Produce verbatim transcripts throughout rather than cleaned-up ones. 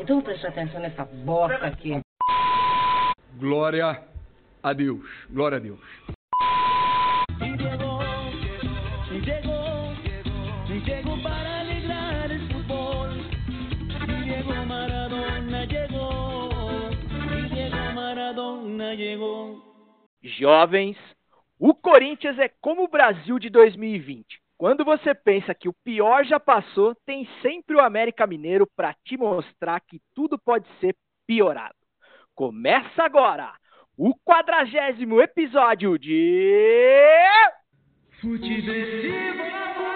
Então preste atenção nessa bosta aqui. Glória a Deus. Glória a Deus. Llegó para alegrar el fútbol. Y Diego Maradona llegó. Y Diego Maradona llegó. Jovens, o Corinthians é como o Brasil de dois mil e vinte. Quando você pensa que o pior já passou, tem sempre o América Mineiro para te mostrar que tudo pode ser piorado. Começa agora o quadragésimo episódio de... Futeversivo.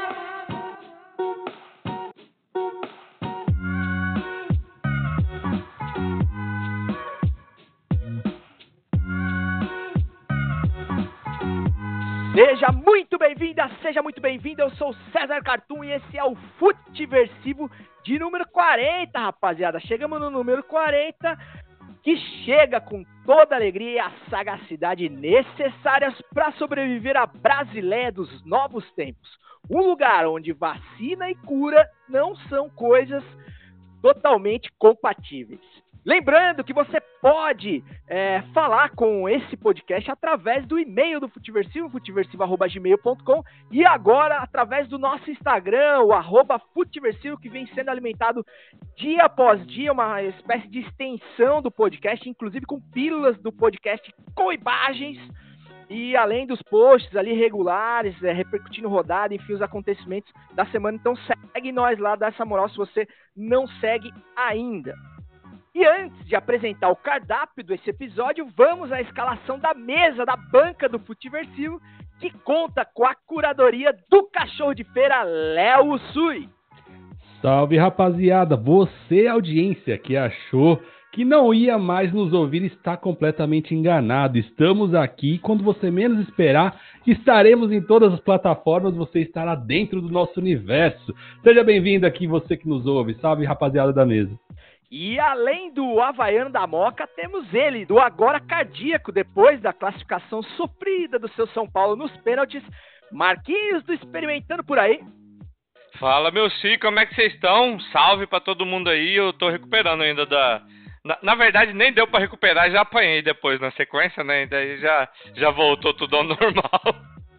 Seja muito bem-vinda, seja muito bem-vindo, eu sou o César Cartoon e esse é o Futeversivo de número quarenta, rapaziada. Chegamos no número quarenta, que chega com toda a alegria e a sagacidade necessárias para sobreviver à Brasileia dos novos tempos. Um lugar onde vacina e cura não são coisas totalmente compatíveis. Lembrando que você pode é, falar com esse podcast através do e-mail do Futeversivo, futeversivo arroba gmail ponto com, e agora através do nosso Instagram, o arroba Futeversivo, que vem sendo alimentado dia após dia, uma espécie de extensão do podcast, inclusive com pílulas do podcast com imagens, e além dos posts ali regulares, é, repercutindo rodada, enfim, os acontecimentos da semana. Então segue nós lá, dá essa moral se você não segue ainda. E antes de apresentar o cardápio desse episódio, vamos à escalação da mesa da banca do Futeversivo, que conta com a curadoria do cachorro de feira Léo Sui. Salve, rapaziada! Você, audiência, que achou que não ia mais nos ouvir, está completamente enganado. Estamos aqui, quando você menos esperar, estaremos em todas as plataformas, você estará dentro do nosso universo. Seja bem-vindo aqui, você que nos ouve. Salve, rapaziada da mesa! E além do Havaiano da Moca, temos ele, do Agora Cardíaco, depois da classificação sofrida do seu São Paulo nos pênaltis, Marquinhos do Experimentando por Aí. Fala, meus filhos, como é que vocês estão? Salve pra todo mundo aí, eu tô recuperando ainda da... Na, na verdade, nem deu pra recuperar, já apanhei depois na sequência, né? Daí já, já voltou tudo ao normal.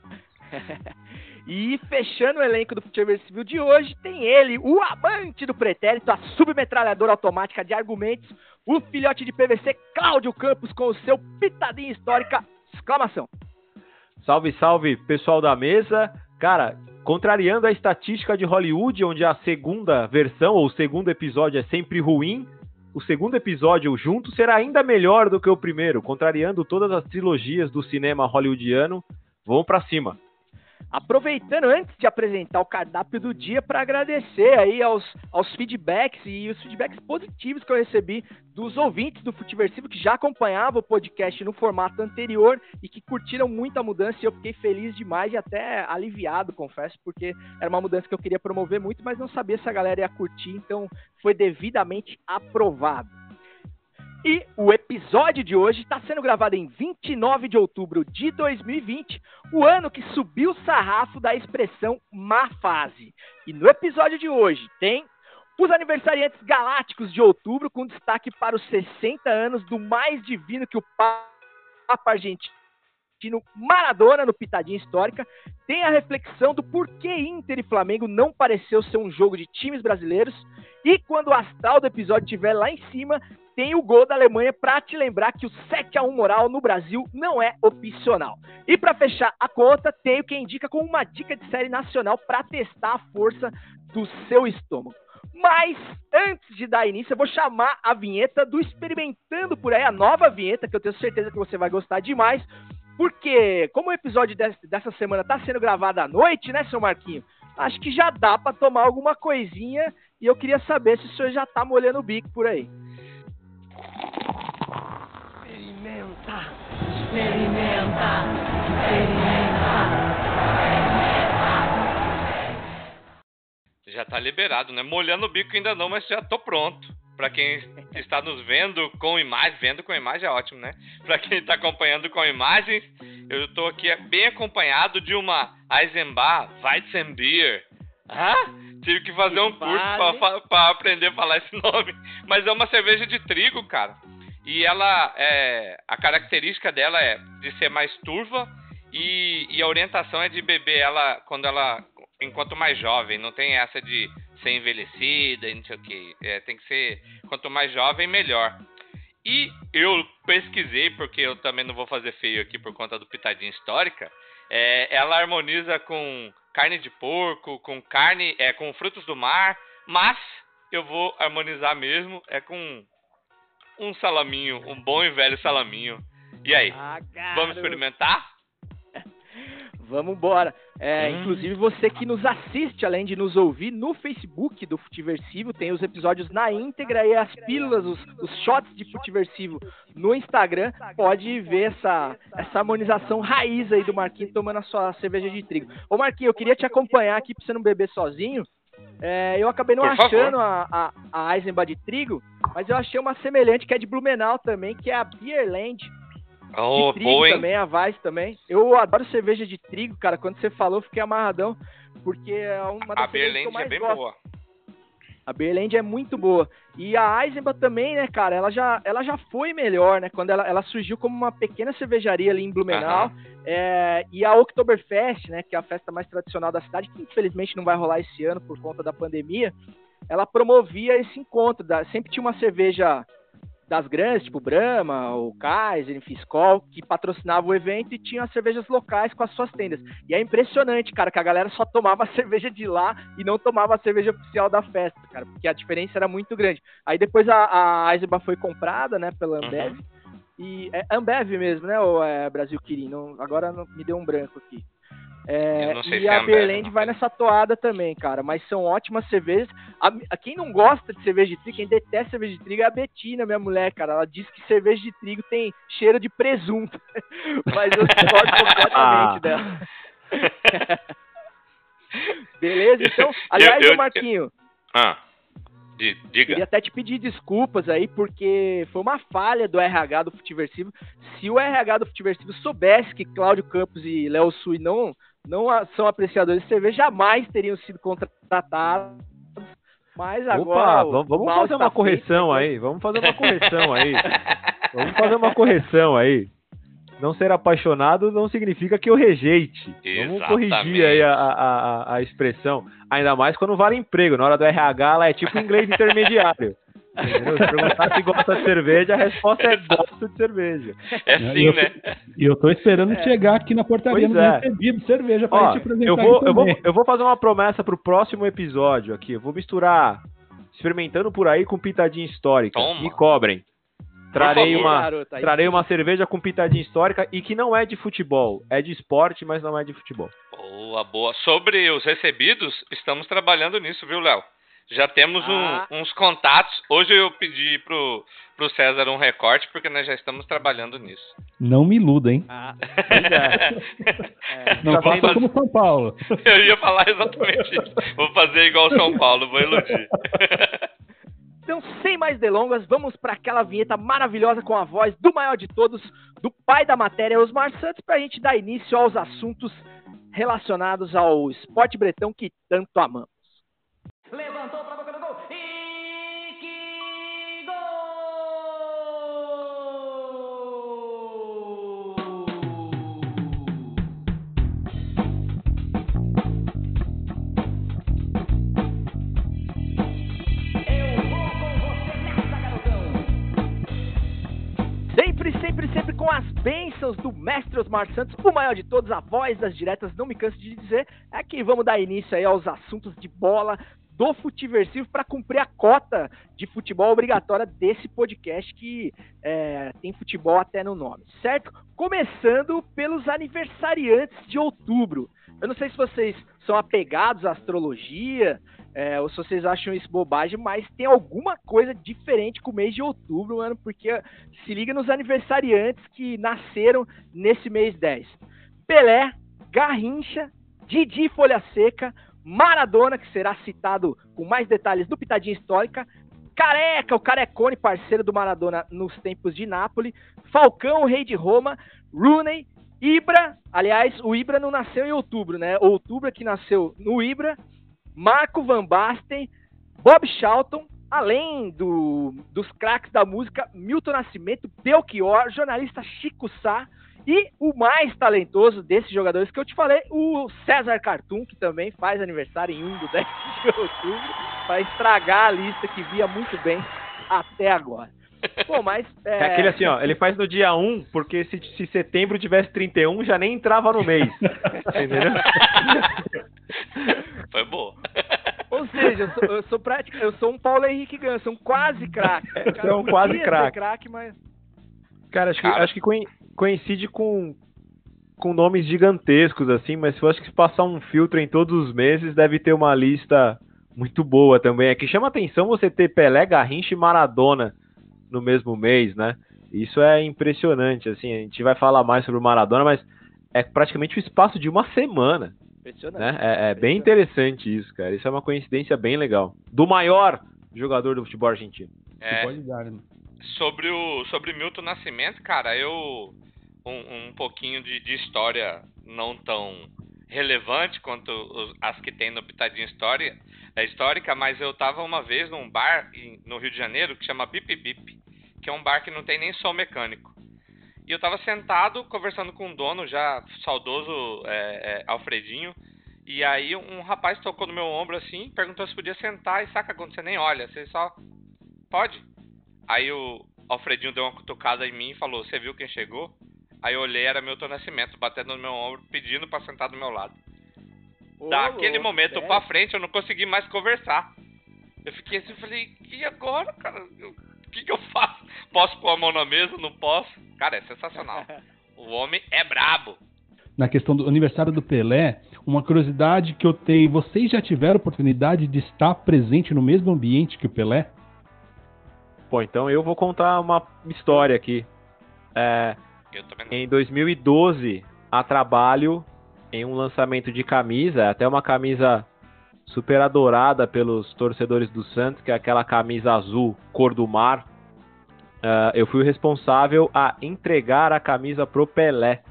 E fechando o elenco do Futeversivo de hoje, tem ele, o amante do pretérito, a submetralhadora automática de argumentos, o filhote de P V C, Cláudio Campos, com o seu pitadinha histórica, exclamação. Salve, salve, pessoal da mesa. Cara, contrariando a estatística de Hollywood, onde a segunda versão, ou o segundo episódio é sempre ruim, o segundo episódio junto será ainda melhor do que o primeiro, contrariando todas as trilogias do cinema hollywoodiano. Vamos pra cima. Aproveitando antes de apresentar o cardápio do dia para agradecer aí aos, aos feedbacks e os feedbacks positivos que eu recebi dos ouvintes do Futeversivo que já acompanhavam o podcast no formato anterior e que curtiram muito a mudança, e eu fiquei feliz demais e até aliviado, confesso, porque era uma mudança que eu queria promover muito, mas não sabia se a galera ia curtir, então foi devidamente aprovado. E o episódio de hoje está sendo gravado em vinte e nove de outubro de dois mil e vinte, o ano que subiu o sarrafo da expressão má fase. E no episódio de hoje tem os aniversariantes galácticos de outubro, com destaque para os sessenta anos do mais divino que o Papa argentino Maradona no Pitadinha Histórica. Tem a reflexão do porquê Inter e Flamengo não pareceu ser um jogo de times brasileiros. E quando o astral do episódio estiver lá em cima, tem o gol da Alemanha para te lembrar que o sete a um moral no Brasil não é opcional. E para fechar a conta, tem o que indica com uma dica de série nacional para testar a força do seu estômago. Mas, antes de dar início, eu vou chamar a vinheta do Experimentando por Aí, a nova vinheta, que eu tenho certeza que você vai gostar demais, porque como o episódio dessa semana está sendo gravado à noite, né, seu Marquinho? Acho que já dá para tomar alguma coisinha e eu queria saber se o senhor já tá molhando o bico por aí. Experimenta, experimenta, experimenta, experimenta. Já tá liberado, né? Molhando o bico ainda não, mas já tô pronto. Pra quem está nos vendo com imagem, vendo com imagem é ótimo, né? Pra quem tá acompanhando com imagens, eu tô aqui bem acompanhado de uma Eisenbach Weizenbier Ah, tive que fazer um curso Vale. pra, pra aprender a falar esse nome. Mas é uma cerveja de trigo, cara. E ela, é, a característica dela é de ser mais turva e, e a orientação é de beber ela quando ela, enquanto mais jovem. Não tem essa de ser envelhecida e não sei o que. É, tem que ser, quanto mais jovem, melhor. E eu pesquisei, porque eu também não vou fazer feio aqui por conta do Pitadinha Histórica. É, ela harmoniza com carne de porco, com carne, é, com frutos do mar, mas eu vou harmonizar mesmo é com um salaminho, um bom e velho salaminho. E aí, Ah, vamos experimentar? Vamos embora. É, Hum. Inclusive, você que nos assiste, além de nos ouvir, no Facebook do Futiversivo, tem os episódios na íntegra e as pílulas, os, os shots de Futiversivo no Instagram. Pode ver essa, essa harmonização raiz aí do Marquinhos tomando a sua cerveja de trigo. Ô, Marquinhos, eu queria te acompanhar aqui pra você não beber sozinho. É, eu acabei não Por achando a, a, a Eisenbahn de trigo, mas eu achei uma semelhante que é de Blumenau também, que é a Beerland. Oh, De trigo boa, hein? também, a Weiss também. Eu adoro cerveja de trigo, cara. Quando você falou, eu fiquei amarradão, porque é uma das A cervejas que eu Berland mais é bem gosto. boa. A Beerland é muito boa. E a Eisenbahn também, né, cara, ela já, ela já foi melhor, né? Quando ela, ela surgiu como uma pequena cervejaria ali em Blumenau. Aham. É, e a Oktoberfest, né, que é a festa mais tradicional da cidade, que infelizmente não vai rolar esse ano por conta da pandemia, ela promovia esse encontro. Da, sempre tinha uma cerveja das grandes, tipo Brahma, o Kaiser, enfim, Skol, que patrocinava o evento e tinha as cervejas locais com as suas tendas. E é impressionante, cara, que a galera só tomava a cerveja de lá e não tomava a cerveja oficial da festa, cara, porque a diferença era muito grande. Aí depois a, a Eisenbahn foi comprada, né, pela Ambev, Uhum. e é Ambev mesmo, né, ou é Brasil Kirin? Não, agora não, me deu um branco aqui. É, Eu não sei e se é a Ambev, Beerland não. vai nessa toada também, cara. Mas são ótimas cervejas. A, a quem não gosta de cerveja de trigo, quem detesta cerveja de trigo é a Betina, minha mulher, cara. Ela diz que cerveja de trigo tem cheiro de presunto. Mas eu discordo completamente dela. Beleza? Então, aliás, Eu- eu- ô Marquinho, Ah, di- diga. queria até te pedir desculpas aí, porque foi uma falha do R H do Futiversivo. Se o R H do Futiversivo soubesse que Cláudio Campos e Léo Sui não, não a- são apreciadores de cerveja, jamais teriam sido contratados. Mas agora. Opa, o vamos, vamos mal fazer está uma correção feito, né? aí. Vamos fazer uma correção aí. Vamos fazer uma correção aí. Não ser apaixonado não significa que eu rejeite. Vamos Exatamente. corrigir aí a, a, a, a expressão. Ainda mais quando vale emprego. Na hora do R H, ela é tipo inglês intermediário. Entendeu? Se perguntar se gosta de cerveja, a resposta é gosto de cerveja. É E sim, eu, né? E eu tô esperando chegar aqui na portaria Pois no é. recebido cerveja pra Ó, gente apresentar eu vou, aqui eu, vou, também. eu vou fazer uma promessa pro próximo episódio aqui. Eu vou misturar experimentando por aí com pitadinha histórica. Toma. Me cobrem. Trarei favor. uma, Garoto, aí trarei sim. uma cerveja com pitadinha histórica e que não é de futebol. É de esporte, mas não é de futebol. Boa, boa. Sobre os recebidos, estamos trabalhando nisso, viu, Léo? Já temos um- Ah. uns contatos. Hoje eu pedi pro, pro César um recorte, porque nós já estamos trabalhando nisso. Não me iluda, hein? Ah, Não Já faça faz- como São Paulo. Eu ia falar exatamente isso. Vou fazer igual São Paulo, vou iludir. Então, sem mais delongas, vamos para aquela vinheta maravilhosa com a voz do maior de todos, do pai da matéria, Osmar Santos, para a gente dar início aos assuntos relacionados ao esporte bretão que tanto amamos. Levantou pra boca do gol. E que gol! Eu vou com você nessa, garotão. Sempre, sempre, sempre com as bênçãos do mestre Osmar Santos, o maior de todos, a voz das diretas, não me canso de dizer, é que vamos dar início aí aos assuntos de bola do Futiversivo para cumprir a cota de futebol obrigatória desse podcast que é, tem futebol até no nome, certo? Começando pelos aniversariantes de outubro. Eu não sei se vocês são apegados à astrologia, é, ou se vocês acham isso bobagem, mas tem alguma coisa diferente com o mês de outubro, mano, porque se liga nos aniversariantes que nasceram nesse mês dez. Pelé, Garrincha, Didi Folha Seca, Maradona, que será citado com mais detalhes do Pitadinha Histórica, Careca, o Carecone, parceiro do Maradona nos tempos de Nápoles, Falcão, o rei de Roma, Rooney, Ibra, aliás, o Ibra não nasceu em outubro, né? Outubro é que nasceu no Ibra, Marco Van Basten, Bob Charlton, além do, dos craques da música, Milton Nascimento, Belchior, jornalista Chico Sá e o mais talentoso desses jogadores que eu te falei, o César Cartoon, que também faz aniversário em um do dez de outubro, para estragar a lista que via muito bem até agora. Pô, mas... É... é aquele assim, ó, ele faz no dia um, porque se, se setembro tivesse trinta e um, já nem entrava no mês. Entendeu? Foi boa. Ou seja, eu sou, eu sou prática, eu sou um Paulo Henrique Ganso, um quase craque. Você é um quase craque. craque, mas... Cara, acho que, Cara. acho que coin- coincide com, com nomes gigantescos, assim, mas eu acho que se passar um filtro em todos os meses, deve ter uma lista muito boa também. É que chama atenção você ter Pelé, Garrincha e Maradona no mesmo mês, né? Isso é impressionante, assim, a gente vai falar mais sobre o Maradona, mas é praticamente o espaço de uma semana, Impressionante. né? É, é bem interessante isso, cara. Isso é uma coincidência bem legal. Do maior jogador do futebol argentino. É, Pode dar, né? sobre o sobre Milton Nascimento, cara, eu um, um pouquinho de, de história não tão relevante quanto os- as que tem no Pitadinha História, é histórica, mas eu tava uma vez num bar em- no Rio de Janeiro que chama Bip Bip, que é um bar que não tem nem som mecânico. E eu tava sentado conversando com o dono, já saudoso é, é, Alfredinho, e aí um rapaz tocou no meu ombro assim, perguntou se podia sentar, e saca, quando você nem olha, você só... Pode? Aí o Alfredinho deu uma cutucada em mim e falou, você viu quem chegou? Aí eu olhei, era Milton Nascimento, batendo no meu ombro, pedindo pra sentar do meu lado. Ô, Daquele louco, momento sério? pra frente, eu não consegui mais conversar. Eu fiquei assim, falei, e agora, cara? Eu- O que que eu faço? Posso pôr a mão na mesa? Não posso? Cara, é sensacional. O homem é brabo. Na questão do aniversário do Pelé, uma curiosidade que eu tenho, vocês já tiveram oportunidade de estar presente no mesmo ambiente que o Pelé? Pô, então eu vou contar uma história aqui. É, Eu também não. em dois mil e doze, a trabalho em um lançamento de camisa, até uma camisa super adorada pelos torcedores do Santos, que é aquela camisa azul, cor do mar. Ah, eu fui o responsável a entregar a camisa pro Pelé.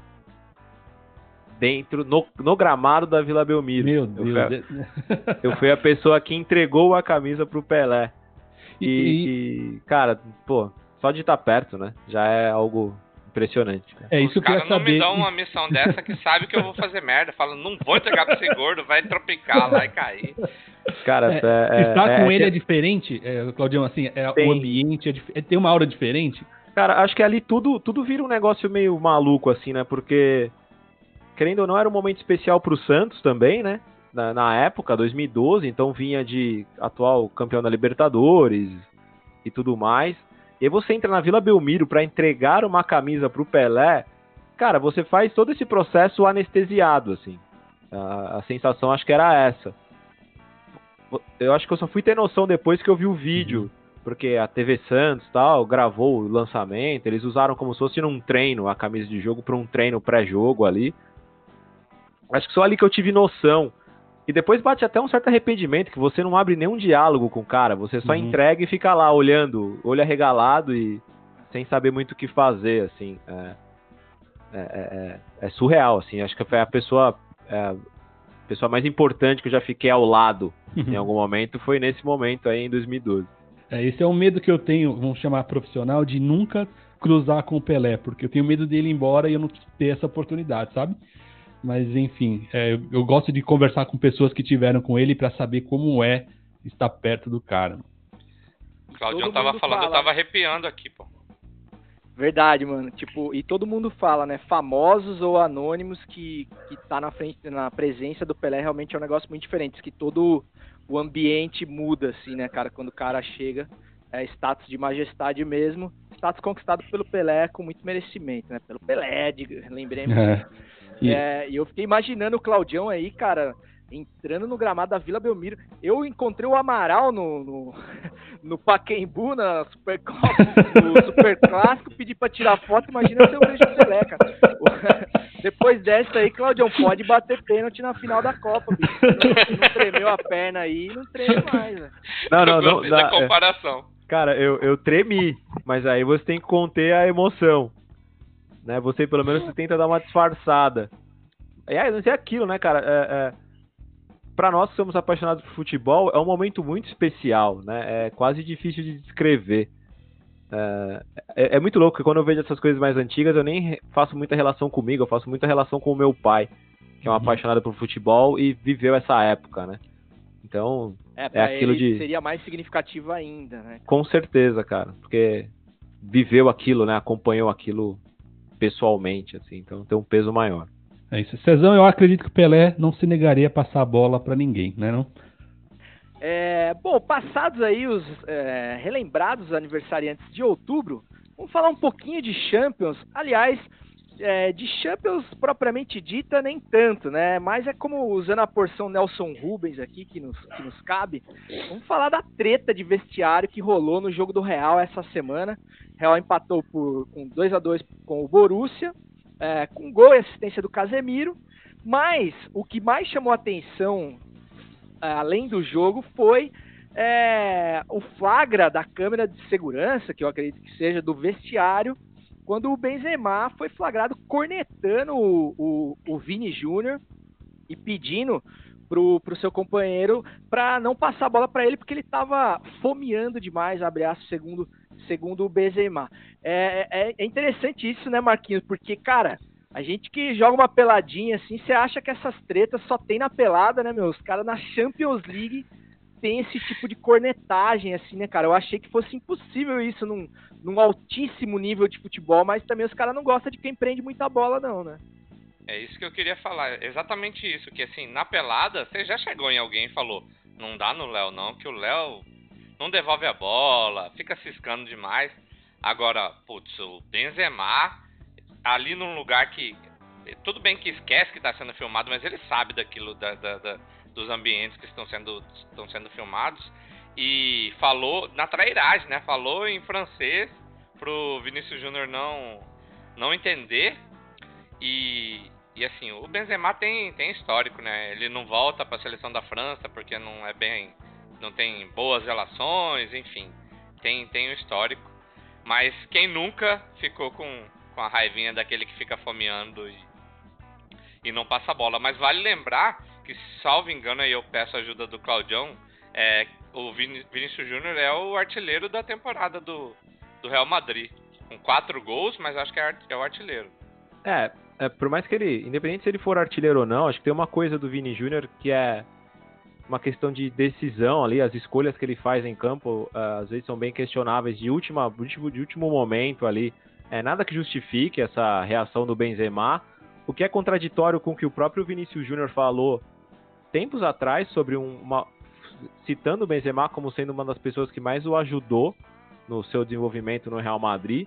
Dentro, no, no gramado da Vila Belmiro. Meu Eu Deus. fui a- Eu fui a pessoa que entregou a camisa pro Pelé. E, E- e, cara, pô, só de estar perto, né? Já é algo impressionante. Cara. É Os isso que eu queria caras não me saber. dão uma missão dessa que sabe que eu vou fazer merda. Fala, não vou entregar pra esse gordo, vai tropicar lá e cair. Cara, É, é, estar é- com é ele que- é diferente, é, Claudião, assim, é, Tem. o ambiente é, dif- é- tem uma aura diferente. Cara, acho que ali tudo, tudo vira um negócio meio maluco, assim, né? Porque, querendo ou não, era um momento especial pro Santos também, né? Na, na época, dois mil e doze, então vinha de atual campeão da Libertadores e tudo mais. E aí você entra na Vila Belmiro pra entregar uma camisa pro Pelé, cara, você faz todo esse processo anestesiado, assim. A, a sensação acho que era essa. Eu acho que eu só fui ter noção depois que eu vi o vídeo, porque a T V Santos tal gravou o lançamento, eles usaram como se fosse num treino a camisa de jogo para um treino pré-jogo ali. Acho que só ali que eu tive noção. E depois bate até um certo arrependimento, que você não abre nenhum diálogo com o cara, você só Uhum. entrega e fica lá olhando, olho arregalado e sem saber muito o que fazer, assim. É, é, é- é surreal, assim. Acho que foi a pessoa, é, a pessoa mais importante que eu já fiquei ao lado em algum momento, foi nesse momento aí em dois mil e doze. É, esse é um medo que eu tenho, vamos chamar profissional, de nunca cruzar com o Pelé, porque eu tenho medo dele ir embora e eu não ter essa oportunidade, sabe? Mas, enfim, é, eu, eu gosto de conversar com pessoas que tiveram com ele pra saber como é estar perto do cara. O Claudião Todo tava mundo falando, eu fala. tava arrepiando aqui, pô. Verdade, mano. Tipo, e todo mundo fala, né? Famosos ou anônimos que, que tá na frente, na presença do Pelé realmente é um negócio muito diferente. Diz que todo o ambiente muda, assim, né, cara? Quando o cara chega, é status de majestade mesmo. Status conquistado pelo Pelé com muito merecimento, né? Pelo Pelé, diga- lembremos. É. E- É, e eu fiquei imaginando o Claudião aí, cara, entrando no gramado da Vila Belmiro. Eu encontrei o Amaral no, no, no Pacaembu, na Supercopa, no Super Clássico, pedi pra tirar foto, imagina se eu vejo o Pelé, cara. O- Depois dessa aí, Claudião, pode bater pênalti na final da Copa, bicho. Se não, não tremeu a perna aí, não treme mais, né? Não, não, eu não. gostei não, da é. comparação. Cara, eu, eu tremi, mas aí você tem que conter a emoção, né? Você, pelo menos, você tenta dar uma disfarçada. E aí, não sei aquilo, né, cara? É, é, para nós que somos apaixonados por futebol, é um momento muito especial, né? É quase difícil de descrever. É, é, é muito louco, porque quando eu vejo essas coisas mais antigas, eu nem faço muita relação comigo, eu faço muita relação com o meu pai, que é um Uhum. apaixonado por futebol e viveu essa época, né? Então, É, é pra aquilo ele de... seria mais significativo ainda, né? Com certeza, cara, porque viveu aquilo, né? Acompanhou aquilo pessoalmente, assim, então tem um peso maior. É isso. Cezão, eu acredito que o Pelé não se negaria a passar a bola pra ninguém, né não? É, bom, passados aí os é, relembrados aniversariantes de outubro, vamos falar um pouquinho de Champions. Aliás, é, de Champions propriamente dita, nem tanto, né? Mas é como usando a porção Nelson Rubens aqui, que nos, que nos cabe, vamos falar da treta de vestiário que rolou no jogo do Real essa semana. O Real empatou por, com dois a dois com o Borussia, é, com gol e assistência do Casemiro. Mas o que mais chamou a atenção, além do jogo, foi é, o flagra da câmera de segurança, que eu acredito que seja do vestiário, quando o Benzema foi flagrado cornetando o, o, o Vini Júnior e pedindo pro, pro seu companheiro para não passar a bola para ele, porque ele estava fomeando demais, abre aspas, segundo, segundo o Benzema. É, é, é interessante isso, né, Marquinhos? Porque, cara, a gente que joga uma peladinha assim, você acha que essas tretas só tem na pelada, né, meu? Os caras na Champions League tem esse tipo de cornetagem, assim, né, cara? Eu achei que fosse impossível isso num, num altíssimo nível de futebol, mas também os caras não gostam de quem prende muita bola, não, né? É isso que eu queria falar, exatamente isso, que assim, na pelada, você já chegou em alguém e falou, não dá no Léo não, que o Léo não devolve a bola, fica ciscando demais. Agora, putz, o Benzema, ali num lugar que, tudo bem que esquece que tá sendo filmado, mas ele sabe daquilo, da, da, da, dos ambientes que estão sendo, estão sendo filmados, e falou, na trairagem, né, falou em francês pro Vinícius Júnior não, não entender, e... E assim, o Benzema tem, tem histórico, né? Ele não volta para a seleção da França porque não é bem, não tem boas relações, enfim, tem tem o histórico. Mas quem nunca ficou com, com a raivinha daquele que fica fomeando e, e não passa a bola? Mas vale lembrar que, salvo engano, aí eu peço a ajuda do Claudião, é, o Vini, Vinícius Júnior é o artilheiro da temporada do, do Real Madrid, com quatro gols, mas acho que é, é o artilheiro. É, é, por mais que ele, independente se ele for artilheiro ou não, acho que tem uma coisa do Vini Júnior que é uma questão de decisão ali, as escolhas que ele faz em campo, uh, às vezes são bem questionáveis, de, última, último, de último momento ali, é nada que justifique essa reação do Benzema, o que é contraditório com o que o próprio Vinícius Júnior falou tempos atrás, sobre um, uma, citando o Benzema como sendo uma das pessoas que mais o ajudou no seu desenvolvimento no Real Madrid.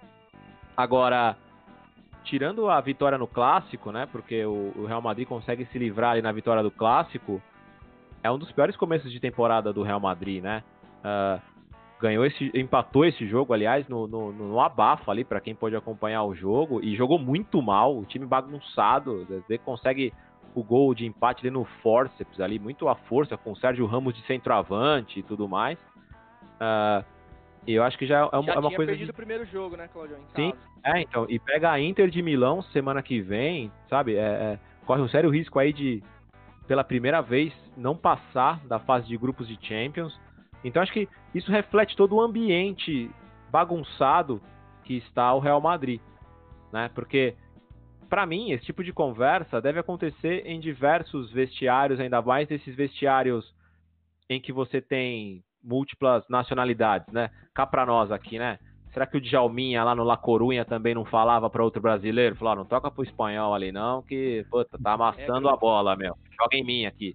Agora, tirando a vitória no Clássico, né, porque o, o Real Madrid consegue se livrar ali na vitória do Clássico, é um dos piores começos de temporada do Real Madrid, né? Uh, ganhou esse, empatou esse jogo, aliás, no, no, no abafa ali, para quem pôde acompanhar o jogo, e jogou muito mal, o time bagunçado, consegue o gol de empate ali no forceps, ali, muito à força, com o Sérgio Ramos de centroavante e tudo mais. Uh, e eu acho que já é uma, já é uma tinha coisa perdido de... o primeiro jogo, né, Claudio? Em Sim, casa. é, então, e pega a Inter de Milão semana que vem, sabe? É, é, corre um sério risco aí de, pela primeira vez, não passar da fase de grupos de Champions. Então acho que isso reflete todo o ambiente bagunçado que está o Real Madrid, né? Porque, para mim, esse tipo de conversa deve acontecer em diversos vestiários, ainda mais nesses vestiários em que você tem múltiplas nacionalidades, né? Cá pra nós aqui, né? Será que o Djalminha lá no La Corunha também não falava para outro brasileiro? Falou, não toca pro espanhol ali não, que puta, tá amassando é a bola, meu. Joga em mim aqui.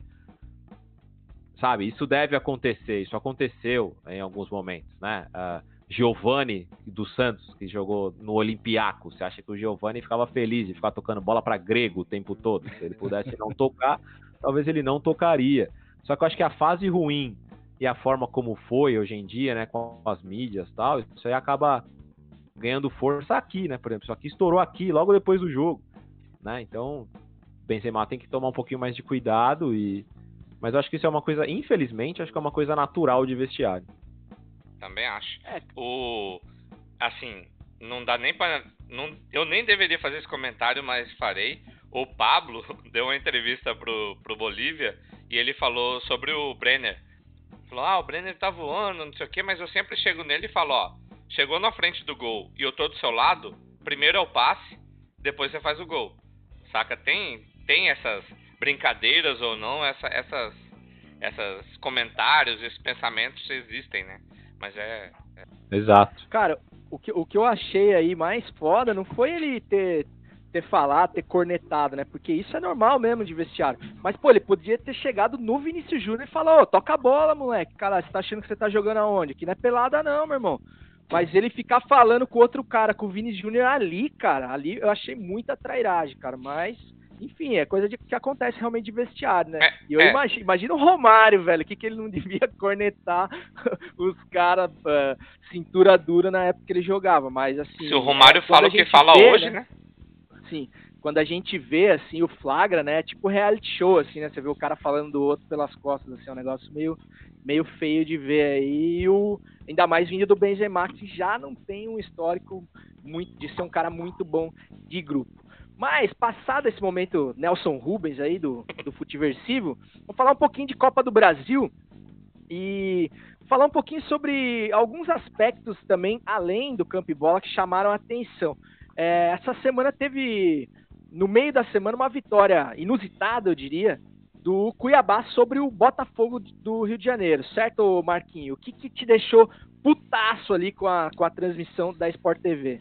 Sabe, isso deve acontecer, isso aconteceu em alguns momentos, né? Uh, Giovani dos Santos, que jogou no Olympiacos, você acha que o Giovani ficava feliz de ficar tocando bola para grego o tempo todo? Se ele pudesse não tocar, talvez ele não tocaria. Só que eu acho que a fase ruim e a forma como foi hoje em dia, né, com as mídias e tal, isso aí acaba ganhando força aqui, né? Por exemplo, isso aqui estourou aqui logo depois do jogo, né? Então, Benzema tem que tomar um pouquinho mais de cuidado e... Mas eu acho que isso é uma coisa, infelizmente, acho que é uma coisa natural de vestiário. Também acho. É. O, assim, não dá nem para... Não, eu nem deveria fazer esse comentário, mas farei. O Pablo deu uma entrevista pro, pro Bolívia e ele falou sobre o Brenner. Falou, ah, o Brenner tá voando, não sei o que, mas eu sempre chego nele e falo, ó, chegou na frente do gol e eu tô do seu lado, primeiro é o passe, depois você faz o gol. Saca? Tem, tem essas brincadeiras ou não, essa, essas, essas comentários, esses pensamentos existem, né? Mas é... é... Exato. Cara, o que, o que eu achei aí mais foda não foi ele ter, ter falado, ter cornetado, né? Porque isso é normal mesmo de vestiário. Mas, pô, ele podia ter chegado no Vinícius Júnior e falou, ô, toca a bola, moleque. Cara, você tá achando que você tá jogando aonde? Aqui não é pelada não, meu irmão. Mas ele ficar falando com outro cara, com o Vini Júnior ali, cara, ali eu achei muita trairagem, cara. Mas, enfim, é coisa de, que acontece realmente de vestiário, né? É, e eu é. imagino, imagina o Romário, velho, o que, que ele não devia cornetar os caras uh, cintura dura na época que ele jogava. Mas, assim... Se o Romário é, fala o que fala vê, hoje, né? Sim, quando a gente vê, assim, o flagra, né, tipo reality show, assim, né, você vê o cara falando do outro pelas costas, assim, é um negócio meio, meio feio de ver aí, e o, ainda mais vindo do Benzema, que já não tem um histórico muito, de ser um cara muito bom de grupo. Mas, passado esse momento Nelson Rubens aí, do, do Futiversivo, vamos falar um pouquinho de Copa do Brasil, e falar um pouquinho sobre alguns aspectos também, além do campo e bola, que chamaram a atenção. É, essa semana teve, no meio da semana, uma vitória inusitada, eu diria, do Cuiabá sobre o Botafogo do Rio de Janeiro, certo, Marquinho? O que, que te deixou putaço ali com a, com a transmissão da Sport T V?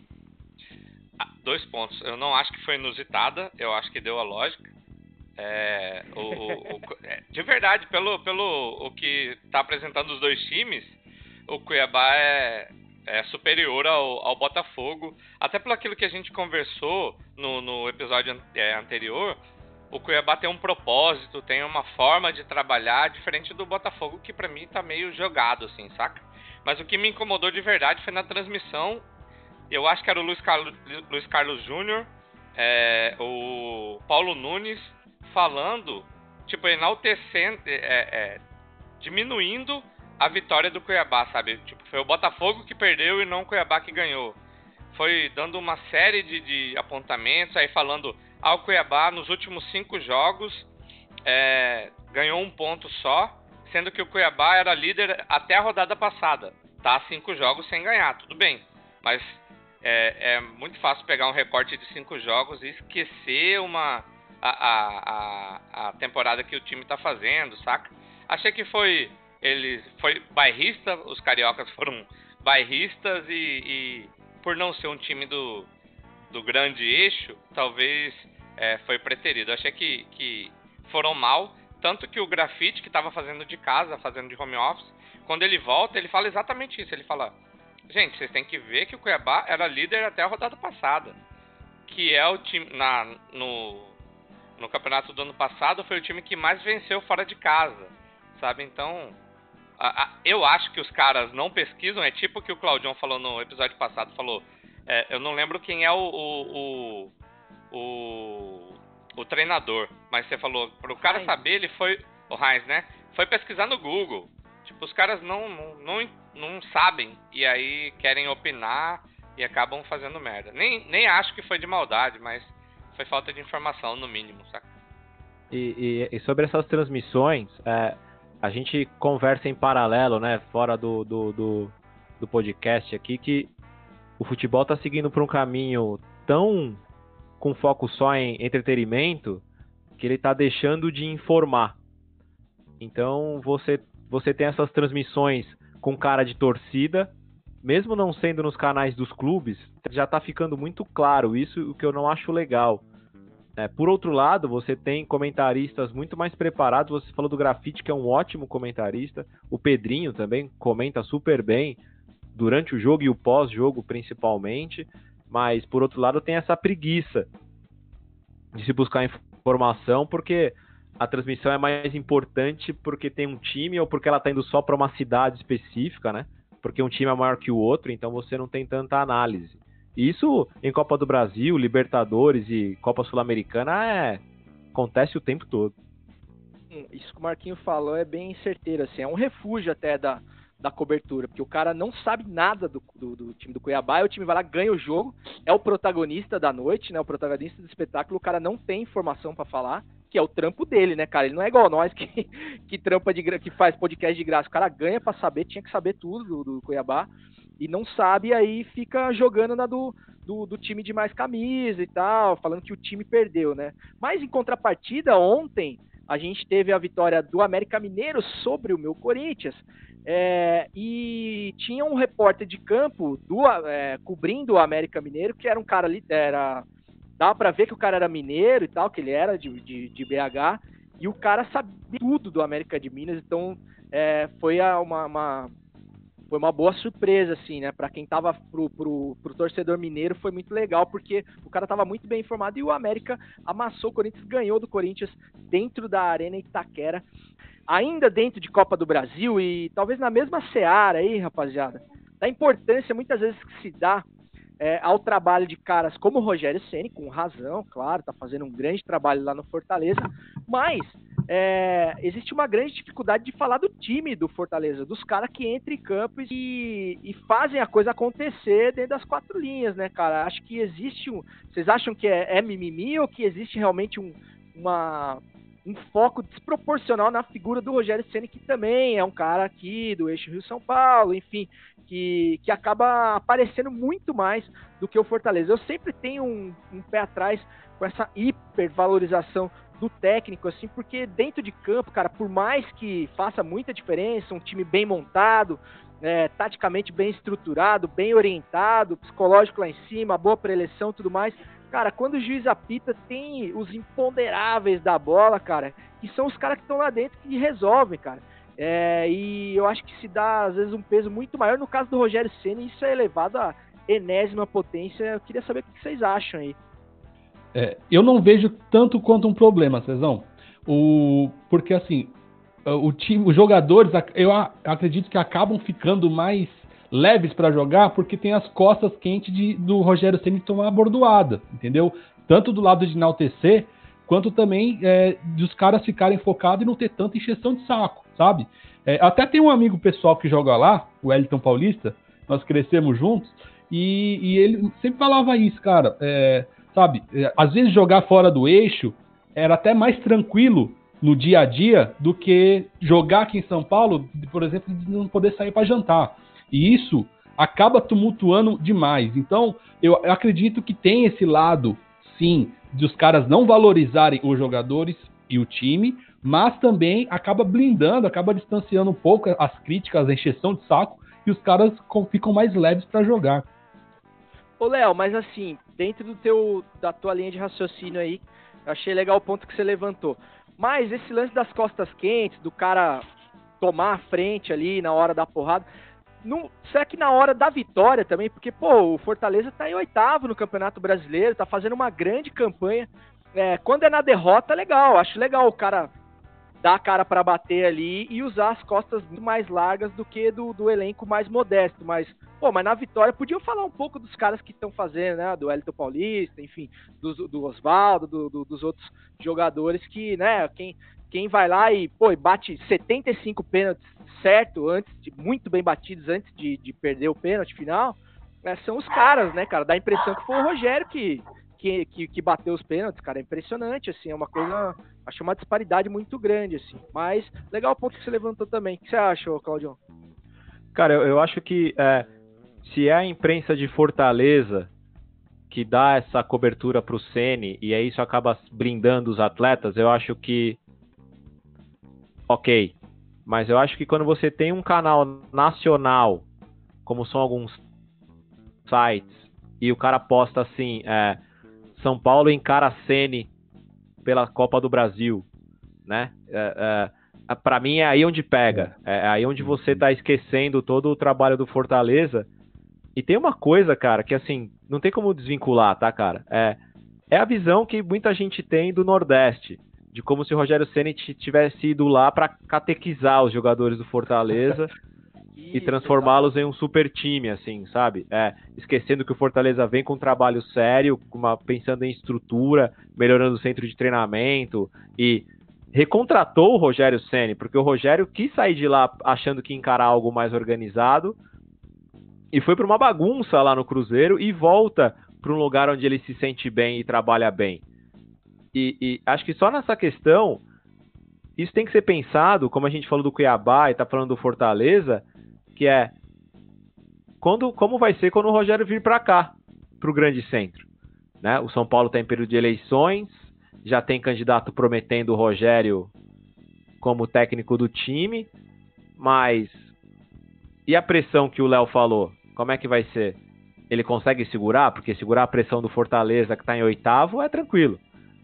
Ah, dois pontos. Eu não acho que foi inusitada, eu acho que deu a lógica. É, o, o, o, é, de verdade, pelo, pelo o que está apresentando os dois times, o Cuiabá é... é superior ao, ao Botafogo, até pelo aquilo que a gente conversou no, no episódio an- é, anterior. O Cuiabá tem um propósito, tem uma forma de trabalhar diferente do Botafogo, que pra mim tá meio jogado, assim, saca? Mas o que me incomodou de verdade foi na transmissão. Eu acho que era o Luiz Carlos, Luiz Carlos Júnior, é, o Paulo Nunes falando, tipo, enaltecendo, é, é, diminuindo a vitória do Cuiabá, sabe? Tipo, foi o Botafogo que perdeu e não o Cuiabá que ganhou. Foi dando uma série de, de apontamentos, aí falando, ah, o Cuiabá nos últimos cinco jogos é, ganhou um ponto só, sendo que o Cuiabá era líder até a rodada passada. Tá, cinco jogos sem ganhar, tudo bem. Mas é, é muito fácil pegar um recorte de cinco jogos e esquecer uma, a, a, a, a temporada que o time tá fazendo, saca? Achei que foi... Ele foi bairrista, os cariocas foram bairristas e, e por não ser um time do, do grande eixo, talvez é, foi preterido. Achei que, que foram mal, tanto que o Grafite, que estava fazendo de casa, fazendo de home office, quando ele volta, ele fala exatamente isso. Ele fala, gente, vocês têm que ver que o Cuiabá era líder até a rodada passada, que é o time, na, no, no campeonato do ano passado, foi o time que mais venceu fora de casa, sabe? Então... eu acho que os caras não pesquisam, é tipo o que o Claudião falou no episódio passado, falou, é, eu não lembro quem é o o, o, o, o treinador, mas você falou, pro cara Heinz. saber, ele foi, o Heinz, né, foi pesquisar no Google, tipo, os caras não, não, não, não sabem, e aí querem opinar e acabam fazendo merda, nem, nem acho que foi de maldade, mas foi falta de informação no mínimo, saca? E, e, e sobre essas transmissões, é... a gente conversa em paralelo, né, fora do, do, do, do podcast aqui, que o futebol está seguindo por um caminho tão com foco só em entretenimento que ele está deixando de informar. Então você, você tem essas transmissões com cara de torcida, mesmo não sendo nos canais dos clubes, já está ficando muito claro isso, o que eu não acho legal. É, por outro lado, você tem comentaristas muito mais preparados. Você falou do Grafite, que é um ótimo comentarista. O Pedrinho também comenta super bem durante o jogo e o pós-jogo, principalmente. Mas, por outro lado, tem essa preguiça de se buscar informação, porque a transmissão é mais importante porque tem um time ou porque ela está indo só para uma cidade específica, né? Porque um time é maior que o outro, então você não tem tanta análise. Isso em Copa do Brasil, Libertadores e Copa Sul-Americana é... acontece o tempo todo. Isso que o Marquinho falou é bem certeiro, assim, é um refúgio até da, da cobertura, porque o cara não sabe nada do, do, do time do Cuiabá, e o time vai lá, ganha o jogo, é o protagonista da noite, né, o protagonista do espetáculo, o cara não tem informação para falar, que é o trampo dele, né, cara? Ele não é igual nós que, que trampa de gra- que faz podcast de graça. O cara ganha pra saber, tinha que saber tudo do, do Cuiabá, e não sabe, aí fica jogando na do, do, do time de mais camisa e tal, falando que o time perdeu, né? Mas em contrapartida, ontem a gente teve a vitória do América Mineiro sobre o meu Corinthians, é, e tinha um repórter de campo do, é, cobrindo o América Mineiro, que era um cara ali, era, dava pra ver que o cara era mineiro e tal, que ele era de, de, de B H, e o cara sabia tudo do América de Minas, então é, foi a, uma, uma, foi uma boa surpresa, assim, né, pra quem tava, pro, pro, pro torcedor mineiro foi muito legal, porque o cara tava muito bem informado, e o América amassou o Corinthians, ganhou do Corinthians dentro da Arena Itaquera, ainda dentro de Copa do Brasil, e talvez na mesma seara aí, rapaziada, da importância muitas vezes que se dá é, ao trabalho de caras como o Rogério Ceni, com razão, claro, tá fazendo um grande trabalho lá no Fortaleza, mas é, existe uma grande dificuldade de falar do time do Fortaleza, dos caras que entram em campo e, e fazem a coisa acontecer dentro das quatro linhas, né, cara? Acho que existe um... Vocês acham que é, é mimimi ou que existe realmente um, uma... um foco desproporcional na figura do Rogério Ceni, que também é um cara aqui do eixo Rio-São Paulo, enfim, que, que acaba aparecendo muito mais do que o Fortaleza. Eu sempre tenho um, um pé atrás com essa hipervalorização do técnico, assim, porque dentro de campo, cara, por mais que faça muita diferença, um time bem montado, é, taticamente bem estruturado, bem orientado, psicológico lá em cima, boa preleção, tudo mais, cara, quando o juiz apita, tem os imponderáveis da bola, cara, que são os caras que estão lá dentro que resolvem, cara. É, e eu acho que se dá, às vezes, um peso muito maior. No caso do Rogério Ceni, isso é elevado à enésima potência. Eu queria saber o que vocês acham aí. É, eu não vejo tanto quanto um problema, Cezão. O, porque, assim, o time, os jogadores, eu acredito que acabam ficando mais leves para jogar, porque tem as costas quentes de, do Rogério Ceni tomar a bordoada, entendeu? Tanto do lado de enaltecer, quanto também é, dos caras ficarem focados e não ter tanta encheção de saco, sabe? É, até tem um amigo pessoal que joga lá, o Wellington Paulista, nós crescemos juntos, e, e ele sempre falava isso, cara, é, sabe? É, às vezes jogar fora do eixo era até mais tranquilo no dia a dia do que jogar aqui em São Paulo, por exemplo, de não poder sair para jantar. E isso acaba tumultuando demais. Então, eu acredito que tem esse lado, sim, de os caras não valorizarem os jogadores e o time, mas também acaba blindando, acaba distanciando um pouco as críticas, a encheção de saco, e os caras ficam mais leves para jogar. Ô, Léo, mas assim, dentro do teu, da tua linha de raciocínio aí, eu achei legal o ponto que você levantou. Mas esse lance das costas quentes, do cara tomar a frente ali na hora da porrada... Não, será que na hora da vitória também? Porque, pô, o Fortaleza tá em oitavo no Campeonato Brasileiro, tá fazendo uma grande campanha. É, quando é na derrota, legal. Acho legal o cara dar a cara pra bater ali e usar as costas muito mais largas do que do, do elenco mais modesto. Mas, pô, mas na vitória podiam falar um pouco dos caras que estão fazendo, né? Do Wellington Paulista, enfim, do, do Oswaldo, do, do, dos outros jogadores que, né, quem... Quem vai lá e, pô, e bate setenta e cinco pênaltis certo, antes de, muito bem batidos antes de, de perder o pênalti final, né, são os caras, né, cara? Dá a impressão que foi o Rogério que, que, que, que bateu os pênaltis, cara. É impressionante, assim, é uma coisa... Acho uma disparidade muito grande, assim. Mas legal o ponto que você levantou também. O que você acha, Claudião? Cara, eu, eu acho que é, se é a imprensa de Fortaleza que dá essa cobertura pro Ceni e aí isso acaba blindando os atletas, eu acho que ok, mas eu acho que quando você tem um canal nacional, como são alguns sites, e o cara posta assim, é, São Paulo encara Ceni pela Copa do Brasil, né? É, é, pra mim é aí onde pega, é aí onde você tá esquecendo todo o trabalho do Fortaleza. E tem uma coisa, cara, que assim, não tem como desvincular, tá, cara? É, é a visão que muita gente tem do Nordeste, de como se o Rogério Ceni tivesse ido lá para catequizar os jogadores do Fortaleza e transformá-los em um super time, assim, sabe? É, esquecendo que o Fortaleza vem com um trabalho sério, uma, pensando em estrutura, melhorando o centro de treinamento e recontratou o Rogério Ceni, porque o Rogério quis sair de lá achando que ia encarar algo mais organizado e foi para uma bagunça lá no Cruzeiro e volta para um lugar onde ele se sente bem e trabalha bem. e, e acho que só nessa questão, isso tem que ser pensado, como a gente falou do Cuiabá e tá falando do Fortaleza, que é quando, como vai ser quando o Rogério vir para cá, para o grande centro. Né? O São Paulo está em período de eleições, já tem candidato prometendo o Rogério como técnico do time, mas e a pressão que o Léo falou? Como é que vai ser? Ele consegue segurar? Porque segurar a pressão do Fortaleza, que está em oitavo, é tranquilo.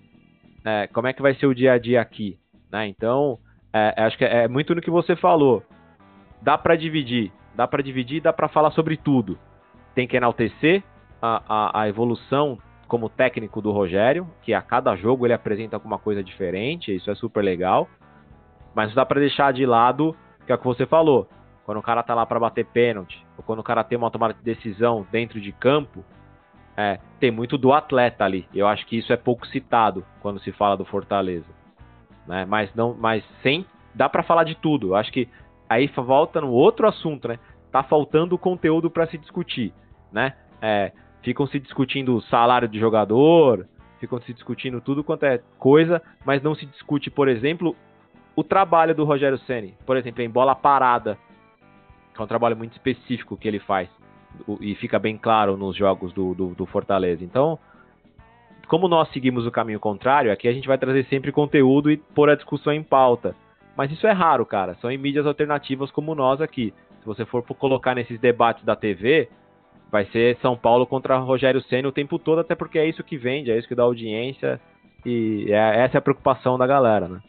É, como é que vai ser o dia a dia aqui? Né? Então, é, acho que é muito no que você falou. Dá para dividir, dá para dividir, dá para falar sobre tudo. Tem que enaltecer a, a, a evolução como técnico do Rogério, que a cada jogo ele apresenta alguma coisa diferente, isso é super legal. Mas não dá para deixar de lado, que é o que você falou, quando o cara tá lá para bater pênalti, ou quando o cara tem uma tomada de decisão dentro de campo, é, tem muito do atleta ali. Eu acho que isso é pouco citado quando se fala do Fortaleza. Né? Mas, não, mas sem, dá para falar de tudo. Eu acho que aí volta no outro assunto, né? Tá faltando conteúdo para se discutir, né? É, ficam se discutindo salário de jogador, ficam se discutindo tudo quanto é coisa, mas não se discute, por exemplo, o trabalho do Rogério Ceni, por exemplo, em bola parada, que é um trabalho muito específico que ele faz, e fica bem claro nos jogos do, do, do Fortaleza. Então, como nós seguimos o caminho contrário, aqui a gente vai trazer sempre conteúdo e pôr a discussão em pauta. Mas isso é raro, cara. São em mídias alternativas como nós aqui. Se você for colocar nesses debates da T V, vai ser São Paulo contra Rogério Ceni o tempo todo, até porque é isso que vende, é isso que dá audiência, e é, essa é a preocupação da galera, né?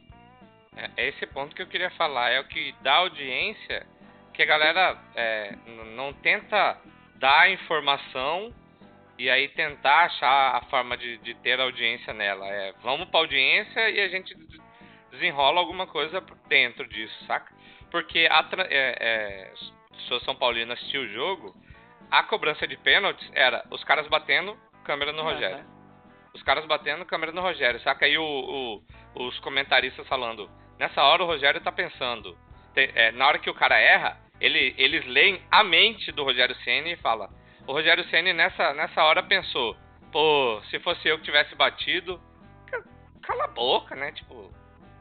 É esse ponto que eu queria falar, é o que dá audiência, que a galera é, não tenta dar informação e aí tentar achar a forma de, de ter audiência nela. É, vamos pra audiência e a gente desenrola alguma coisa dentro disso, saca? Porque a, é, é, se o São Paulino assistiu o jogo, a cobrança de pênaltis era os caras batendo, câmera no Rogério. Uhum. Os caras batendo, câmera no Rogério, saca? Aí o, o, os comentaristas falando, nessa hora o Rogério tá pensando. Tem, é, na hora que o cara erra, ele, eles leem a mente do Rogério Ceni e fala, o Rogério Ceni nessa, nessa hora pensou, pô, se fosse eu que tivesse batido, cala a boca, né? Tipo,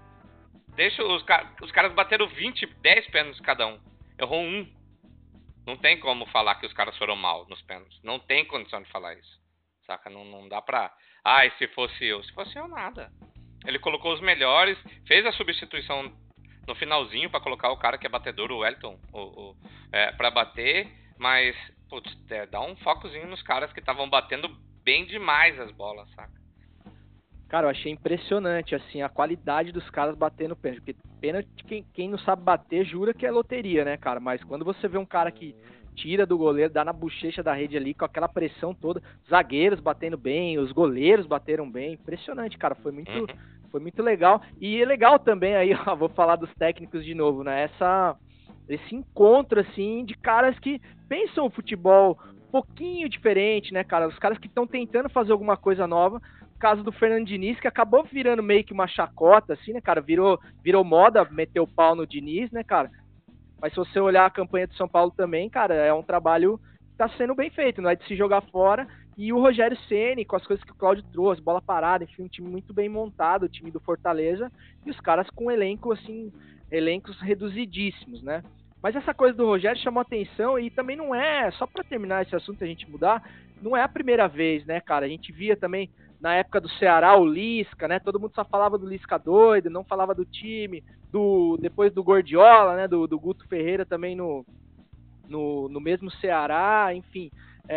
deixa os, os caras bateram vinte, dez pênaltis cada um. Errou um. Não tem como falar que os caras foram mal nos pênaltis. Não tem condição de falar isso. Saca? Não, não dá pra... Ai, se fosse eu. Se fosse eu, nada. Ele colocou os melhores, fez a substituição no finalzinho pra colocar o cara que é batedor, o Wellington, o, o, é, pra bater, mas, putz, é, dá um focozinho nos caras que estavam batendo bem demais as bolas, saca? Cara, eu achei impressionante, assim, a qualidade dos caras batendo pênalti. Porque pênalti, quem, quem não sabe bater, jura que é loteria, né, cara? Mas quando você vê um cara que tira do goleiro, dá na bochecha da rede ali, com aquela pressão toda, zagueiros batendo bem, os goleiros bateram bem, impressionante, cara, foi muito, uhum. foi muito legal. E é legal também, aí, ó, vou falar dos técnicos de novo, né? Essa, esse encontro, assim, de caras que pensam o futebol um pouquinho diferente, né, cara? Os caras que estão tentando fazer alguma coisa nova. Caso do Fernando Diniz, que acabou virando meio que uma chacota, assim, né, cara? Virou, virou moda, meteu o pau no Diniz, né, cara? Mas se você olhar a campanha do São Paulo também, cara, é um trabalho que tá sendo bem feito, não é de se jogar fora. E o Rogério Ceni, com as coisas que o Cláudio trouxe, bola parada, enfim, um time muito bem montado, o time do Fortaleza, e os caras com elenco, assim, elencos reduzidíssimos, né? Mas essa coisa do Rogério chamou atenção e também não é, só para terminar esse assunto e a gente mudar, não é a primeira vez, né, cara? A gente via também na época do Ceará, o Lisca, né? Todo mundo só falava do Lisca doido, não falava do time, do, depois do Gordiola, né? Do, do Guto Ferreira também no, no, no mesmo Ceará, enfim.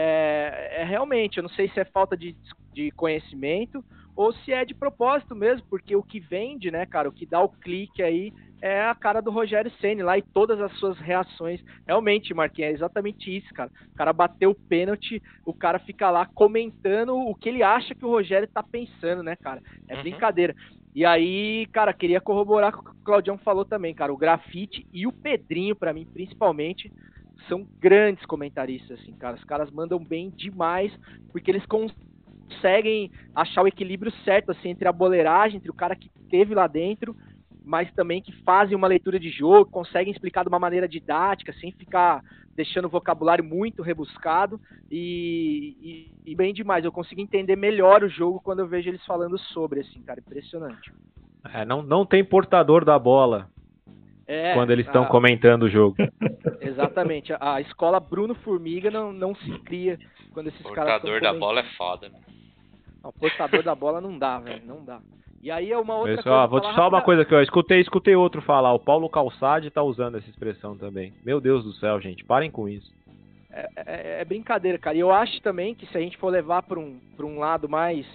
É, é realmente, eu não sei se é falta de, de conhecimento ou se é de propósito mesmo, porque o que vende, né, cara, o que dá o clique aí é a cara do Rogério Ceni lá e todas as suas reações. Realmente, Marquinhos, é exatamente isso, cara. O cara bateu o pênalti, o cara fica lá comentando o que ele acha que o Rogério tá pensando, né, cara? É uhum. brincadeira. E aí, cara, queria corroborar com o que o Claudião falou também, cara. O Grafite e o Pedrinho, pra mim, principalmente, são grandes comentaristas, assim, cara. Os caras mandam bem demais, porque eles conseguem achar o equilíbrio certo, assim, entre a boleiragem, entre o cara que teve lá dentro mas também que fazem uma leitura de jogo, conseguem explicar de uma maneira didática, sem ficar deixando o vocabulário muito rebuscado, e, e, e bem demais, eu consigo entender melhor o jogo quando eu vejo eles falando sobre, assim, cara, impressionante. É, não, não tem portador da bola É, quando eles estão a- comentando o jogo. Exatamente, a, a escola Bruno Formiga não, não se cria quando esses caras Portador tão da bola é foda, né? Não, portador da bola não dá, velho, não dá. E aí é uma outra Pessoal, coisa... vou te falar falar uma rapida- coisa que eu escutei, escutei outro falar. O Paulo Calçade tá usando essa expressão também. Meu Deus do céu, gente, parem com isso. É, é- é brincadeira, cara. E eu acho também que se a gente for levar para um, pra um lado mais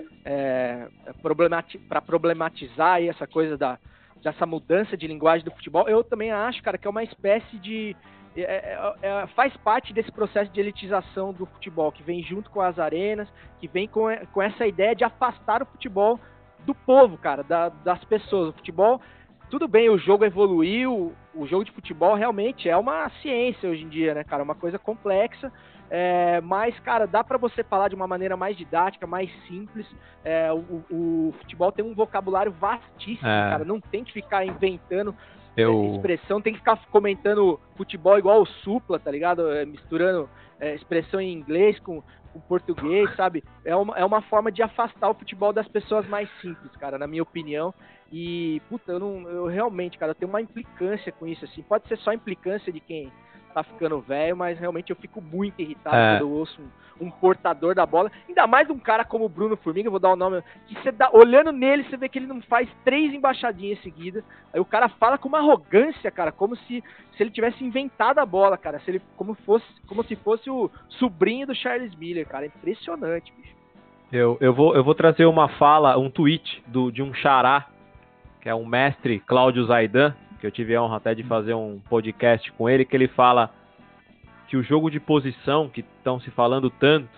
é, problemati para problematizar aí essa coisa da, dessa mudança de linguagem do futebol, eu também acho, cara, que é uma espécie de... é- é- é- faz parte desse processo de elitização do futebol, que vem junto com as arenas, que vem com, com essa ideia de afastar o futebol do povo, cara, da- das pessoas. O futebol, tudo bem, o jogo evoluiu, o jogo de futebol realmente é uma ciência hoje em dia, né, cara? Uma coisa complexa, é, mas, cara, dá pra você falar de uma maneira mais didática, mais simples. É, o, o futebol tem um vocabulário vastíssimo, É. cara, não tem que ficar inventando Eu... é, expressão, tem que ficar comentando futebol igual o Supla, tá ligado? É, misturando é, expressão em inglês com o português, sabe? É uma, é uma forma de afastar o futebol das pessoas mais simples, cara, na minha opinião. E, puta, eu, não, eu realmente, cara, eu tenho uma implicância com isso, assim. Pode ser só implicância de quem tá ficando velho, mas realmente eu fico muito irritado É. quando eu ouço um, um portador da bola. Ainda mais um cara como o Bruno Formiga, eu vou dar o nome, que você dá, olhando nele, você vê que ele não faz três embaixadinhas seguidas. Aí o cara fala com uma arrogância, cara, como se, se ele tivesse inventado a bola, cara. Se ele, como, fosse, como se fosse o sobrinho do Charles Miller, cara. Impressionante, bicho. Eu, eu, vou, eu vou trazer uma fala, um tweet do, de um xará, que é um mestre, Cláudio Zaidan, que eu tive a honra até de fazer um podcast com ele, que ele fala que o jogo de posição, que estão se falando tanto,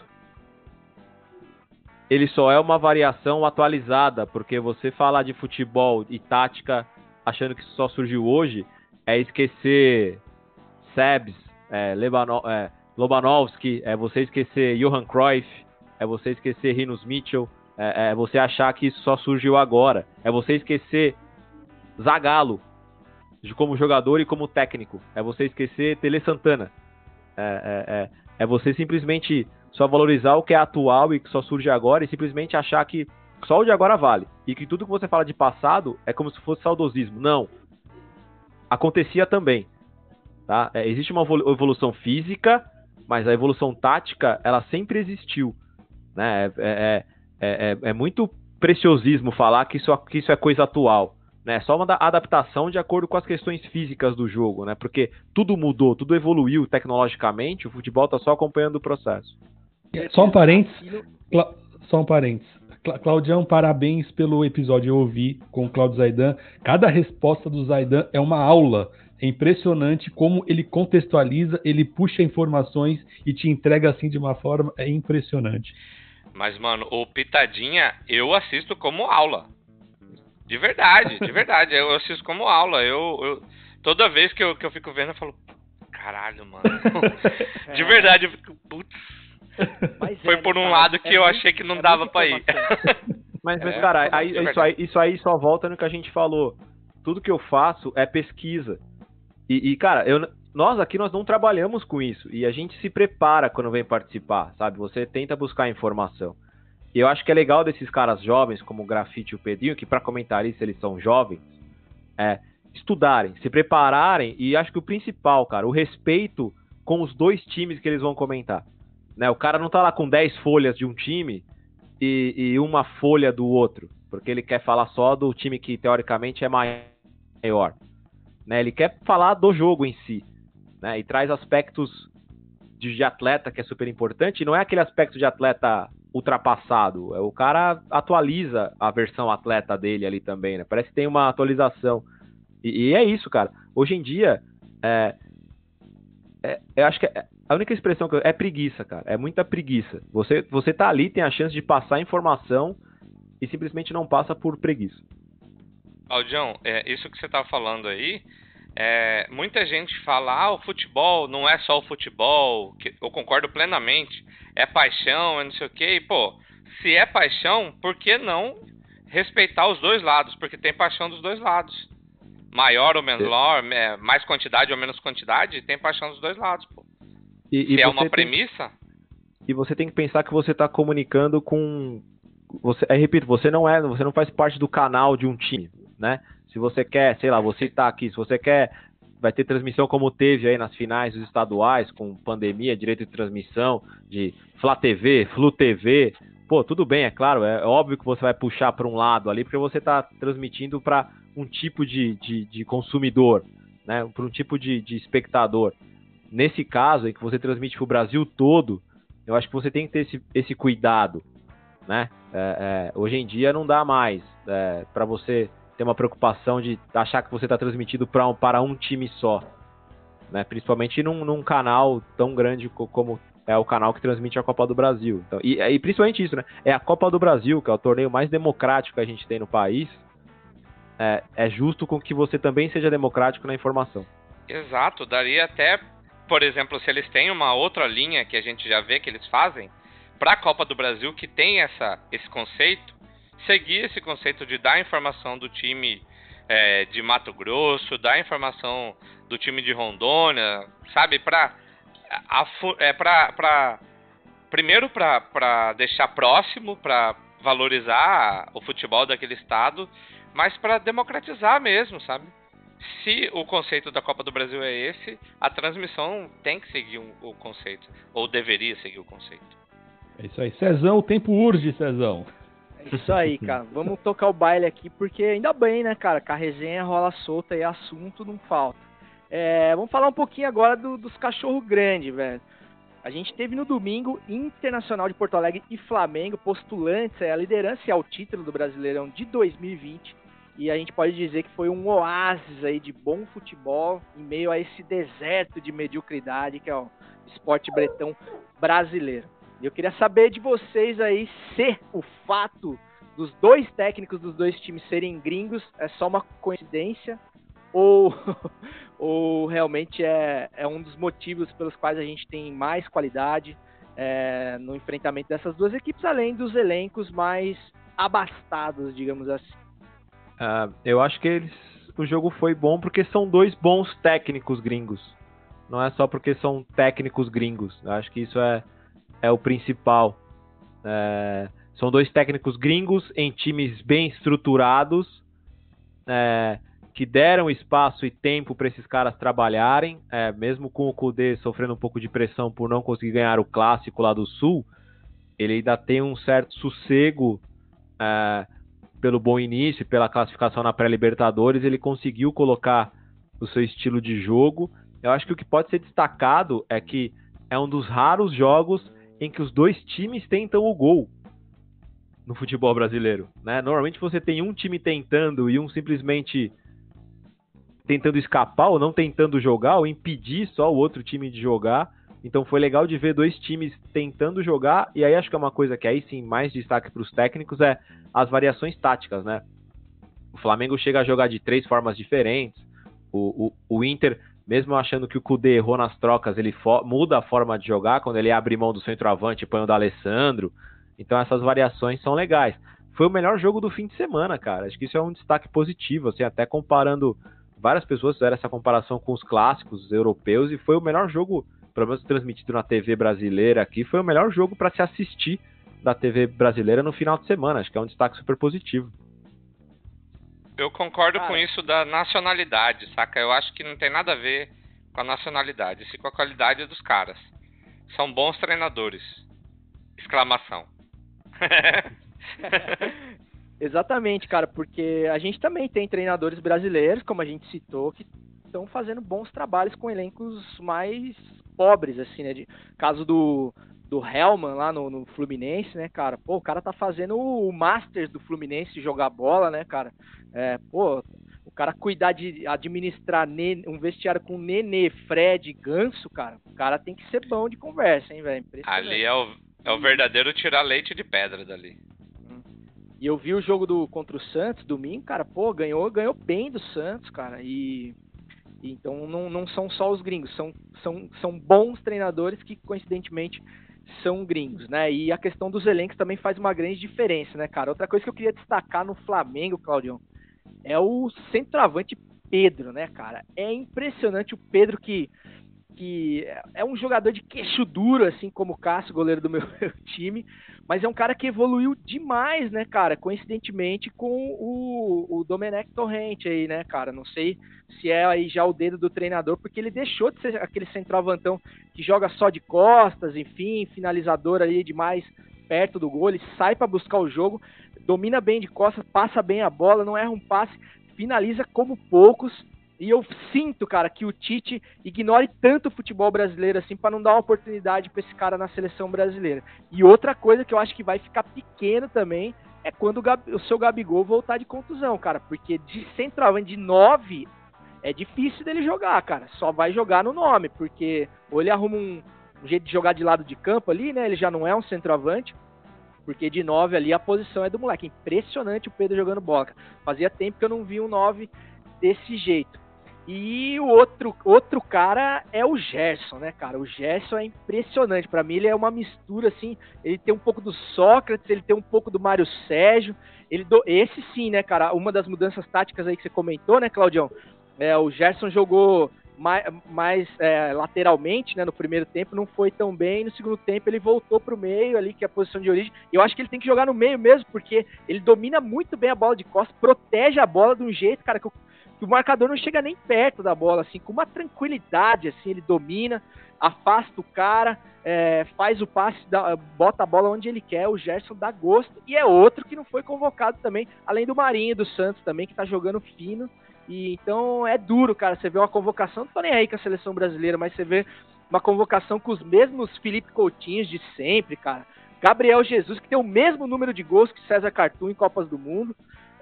ele só é uma variação atualizada, porque você falar de futebol e tática achando que isso só surgiu hoje, é esquecer Sebs, é, Lebano, é, Lobanovski, é você esquecer Johan Cruyff, é você esquecer Rinus Mitchell, é, é você achar que isso só surgiu agora, é você esquecer Zagallo, de como jogador e como técnico, é você esquecer Tele Santana, é, é, é, é você simplesmente só valorizar o que é atual e que só surge agora e simplesmente achar que só o de agora vale, e que tudo que você fala de passado é como se fosse saudosismo. Não, acontecia também, tá? É, existe uma evolução física, mas a evolução tática ela sempre existiu, né? É, é, é, é, é muito preciosismo falar que isso, que isso é coisa atual, né? É só uma adaptação de acordo com as questões físicas do jogo, né? Porque tudo mudou, tudo evoluiu tecnologicamente, o futebol está só acompanhando o processo. Só um parênteses, Cla- só um parênteses. Cla- Claudião, parabéns pelo episódio. Eu ouvi com o Cláudio Zaidan. Cada resposta do Zaidan é uma aula. É impressionante como ele contextualiza, ele puxa informações e te entrega assim de uma forma. É impressionante. Mas, mano, o Pitadinha eu assisto como aula. De verdade, de verdade. Eu assisto como aula. Eu, eu toda vez que eu, que eu fico vendo, eu falo, caralho, mano. De verdade, eu fico, putz. Mas Foi é, por né, um cara? lado que É eu muito- achei que não é dava muita pra ir. informação. Mas, mas É, cara, é aí, verdade. isso, aí, isso aí só volta no que a gente falou. Tudo que eu faço é pesquisa. E, e, cara, eu, nós aqui nós não trabalhamos com isso. E a gente se prepara quando vem participar, sabe? Você tenta buscar informação. E eu acho que é legal desses caras jovens, como o Grafite e o Pedrinho, que para comentarista eles são jovens, é estudarem, se prepararem. E acho que o principal, cara, o respeito com os dois times que eles vão comentar. Né? O cara não tá lá com dez folhas de um time e, e uma folha do outro, porque ele quer falar só do time que teoricamente é maior. Né? Ele quer falar do jogo em si, né? E traz aspectos de, de atleta que é super importante, e não é aquele aspecto de atleta ultrapassado, é, o cara atualiza a versão atleta dele ali também, né? Parece que tem uma atualização. E, e é isso, cara. Hoje em dia, é, é, eu acho que é, a única expressão que eu, é preguiça, cara. É muita preguiça. Você, você tá ali, tem a chance de passar informação e simplesmente não passa por preguiça. Claudião, é, isso que você tá falando aí, é, muita gente fala, ah, o futebol não é só o futebol, que eu concordo plenamente, é paixão, é não sei o quê, e, pô, se é paixão, por que não respeitar os dois lados, porque tem paixão dos dois lados. Maior ou menor, é, mais quantidade ou menos quantidade, tem paixão dos dois lados, pô. E, Se e é você uma tem- premissa, E você tem que pensar que você está comunicando com. Você, eu repito, você não é, você não faz parte do canal de um time, né? Se você quer, sei lá, você tá aqui, se você quer, vai ter transmissão como teve aí nas finais dos estaduais, com pandemia, direito de transmissão, de Flá T V, Flu T V. Pô, tudo bem, é claro, é óbvio que você vai puxar para um lado ali, porque você está transmitindo para um tipo de, de, de consumidor, né? Para um tipo de, de espectador. Nesse caso, em que você transmite para o Brasil todo, eu acho que você tem que ter esse, esse cuidado, né? É, é, hoje em dia não dá mais é, para você ter uma preocupação de achar que você está transmitido pra um, para um time só, né? Principalmente num, num canal tão grande co- como é o canal que transmite a Copa do Brasil. Então, e, e principalmente isso, né? É a Copa do Brasil, que é o torneio mais democrático que a gente tem no país. É, é justo com que você também seja democrático na informação. exato, daria até, por exemplo, se eles têm uma outra linha que a gente já vê que eles fazem, para a Copa do Brasil, que tem essa, esse conceito, seguir esse conceito de dar informação do time é, de Mato Grosso, dar informação do time de Rondônia, sabe, para é, para primeiro para deixar próximo, para valorizar o futebol daquele estado, mas para democratizar mesmo, sabe? Se o conceito da Copa do Brasil é esse, a transmissão tem que seguir um, o conceito, ou deveria seguir o conceito. É isso aí. Cezão, o tempo urge, Cezão. É isso aí, cara. Vamos tocar o baile aqui, porque ainda bem, né, cara? Que a resenha rola solta e assunto não falta. É, vamos falar um pouquinho agora do- dos cachorro grande, velho. A gente teve no domingo Internacional de Porto Alegre e Flamengo, postulantes à liderança e ao título do Brasileirão de dois mil e vinte. E a gente pode dizer que foi um oásis aí de bom futebol em meio a esse deserto de mediocridade que é o esporte bretão brasileiro. E eu queria saber de vocês aí se o fato dos dois técnicos dos dois times serem gringos é só uma coincidência ou, ou realmente é, é um dos motivos pelos quais a gente tem mais qualidade é, no enfrentamento dessas duas equipes, além dos elencos mais abastados, digamos assim. Ah, eu acho que eles, o jogo foi bom porque são dois bons técnicos gringos. Não é só porque são técnicos gringos. Eu acho que isso é, é o principal. É, são dois técnicos gringos em times bem estruturados, é, que deram espaço e tempo para esses caras trabalharem. É, mesmo com o Kudê sofrendo um pouco de pressão por não conseguir ganhar o clássico lá do Sul, ele ainda tem um certo sossego. É, pelo bom início, pela classificação na pré-Libertadores, ele conseguiu colocar o seu estilo de jogo. Eu acho que o que pode ser destacado é que é um dos raros jogos em que os dois times tentam o gol no futebol brasileiro, né? Normalmente você tem um time tentando e um simplesmente tentando escapar ou não tentando jogar ou impedir só o outro time de jogar. Então foi legal de ver dois times tentando jogar, e aí acho que é uma coisa que aí sim mais destaque para os técnicos é as variações táticas, né? O Flamengo chega a jogar de três formas diferentes, o, o, o Inter, mesmo achando que o Kudê errou nas trocas, ele muda a forma de jogar, quando ele abre mão do centroavante e põe o da Alessandro, então essas variações são legais. Foi o melhor jogo do fim de semana, cara, acho que isso é um destaque positivo, assim, até comparando, várias pessoas fizeram essa comparação com os clássicos europeus, e foi o melhor jogo, pelo menos transmitido na T V brasileira aqui, foi o melhor jogo para se assistir da T V brasileira no final de semana. Acho que é um destaque super positivo. Eu concordo Cara. com isso da nacionalidade, saca? Eu acho que não tem nada a ver com a nacionalidade, sim com a qualidade dos caras. São bons treinadores. Exclamação. Exatamente, cara, porque a gente também tem treinadores brasileiros, como a gente citou, que estão fazendo bons trabalhos com elencos mais pobres, assim, né? De, caso do, do Hellman lá no, no Fluminense, né, cara? Pô, o cara tá fazendo o Masters do Fluminense jogar bola, né, cara? É, pô, o cara cuidar de administrar ne, um vestiário com Nenê, Fred, Ganso, cara, o cara tem que ser bom de conversa, hein, velho? Ali é o, é o verdadeiro tirar leite de pedra dali. E eu vi o jogo do contra o Santos domingo, cara, pô, ganhou, ganhou bem do Santos, cara, e, e então não, não são só os gringos, são, são, são bons treinadores que, coincidentemente, são gringos, né? E a questão dos elencos também faz uma grande diferença, né, cara? Outra coisa que eu queria destacar no Flamengo, Claudião, é o centroavante Pedro, né, cara? É impressionante o Pedro que, que é um jogador de queixo duro, assim como o Cássio, goleiro do meu time, mas é um cara que evoluiu demais, né, cara? Coincidentemente com o, o Domenech Torrente aí, né, cara? Não sei se é aí já o dedo do treinador, porque ele deixou de ser aquele centroavantão que joga só de costas, enfim, finalizador ali de mais perto do gol, ele sai para buscar o jogo, domina bem de costas, passa bem a bola, não erra um passe, finaliza como poucos. E eu sinto, cara, que o Tite ignore tanto o futebol brasileiro assim para não dar uma oportunidade para esse cara na seleção brasileira. E outra coisa que eu acho que vai ficar pequeno também é quando o, Gab, o seu Gabigol voltar de contusão, cara, porque de centroavante de nove é difícil dele jogar, cara. Só vai jogar no nome, porque ou ele arruma um, um jeito de jogar de lado de campo ali, né? Ele já não é um centroavante. Porque de nove ali a posição é do moleque. Impressionante o Pedro jogando bola. Fazia tempo que eu não vi um nove desse jeito. E o outro, outro cara é o Gerson, né, cara? O Gerson é impressionante. Pra mim ele é uma mistura, assim, ele tem um pouco do Sócrates, ele tem um pouco do Mário Sérgio. Ele do... Esse sim, né, cara? Uma das mudanças táticas aí que você comentou, né, Claudião? É, o Gerson jogou mais, mais é, lateralmente, né, no primeiro tempo, não foi tão bem. No segundo tempo ele voltou pro meio ali, que é a posição de origem. Eu acho que ele tem que jogar no meio mesmo, porque ele domina muito bem a bola de costas, protege a bola de um jeito, cara, que eu o marcador não chega nem perto da bola, assim, com uma tranquilidade, assim, ele domina, afasta o cara, é, faz o passe, dá, bota a bola onde ele quer, o Gerson dá gosto, e é outro que não foi convocado também, além do Marinho do Santos também, que tá jogando fino, e então é duro, cara, você vê uma convocação, não tô nem aí com a seleção brasileira, mas você vê uma convocação com os mesmos Felipe Coutinhos de sempre, cara, Gabriel Jesus, que tem o mesmo número de gols que César Cartoon em Copas do Mundo,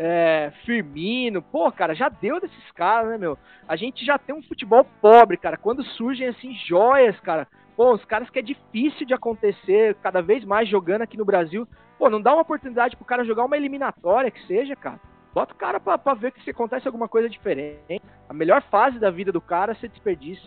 É, Firmino, pô, cara, já deu desses caras, né, meu? A gente já tem um futebol pobre, cara, quando surgem, assim, joias, cara, pô, os caras que é difícil de acontecer, cada vez mais jogando aqui no Brasil, pô, não dá uma oportunidade pro cara jogar uma eliminatória que seja, cara, bota o cara pra, pra ver que se acontece alguma coisa diferente, a melhor fase da vida do cara é ser desperdício.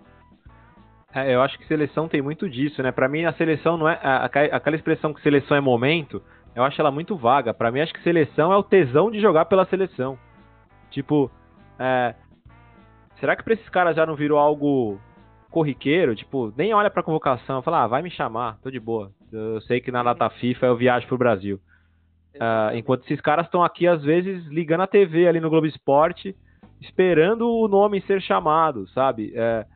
É, eu acho que seleção tem muito disso, né, pra mim a seleção não é, a, a, aquela expressão que seleção é momento, eu acho ela muito vaga. Pra mim, acho que seleção é o tesão de jogar pela seleção. Tipo, é... será que pra esses caras já não virou algo corriqueiro? Tipo, nem olha pra convocação, fala, ah, vai me chamar, tô de boa. Eu sei que na data FIFA eu viajo pro Brasil. É, enquanto esses caras estão aqui, às vezes, ligando a T V ali no Globo Esporte, esperando o nome ser chamado, sabe? É...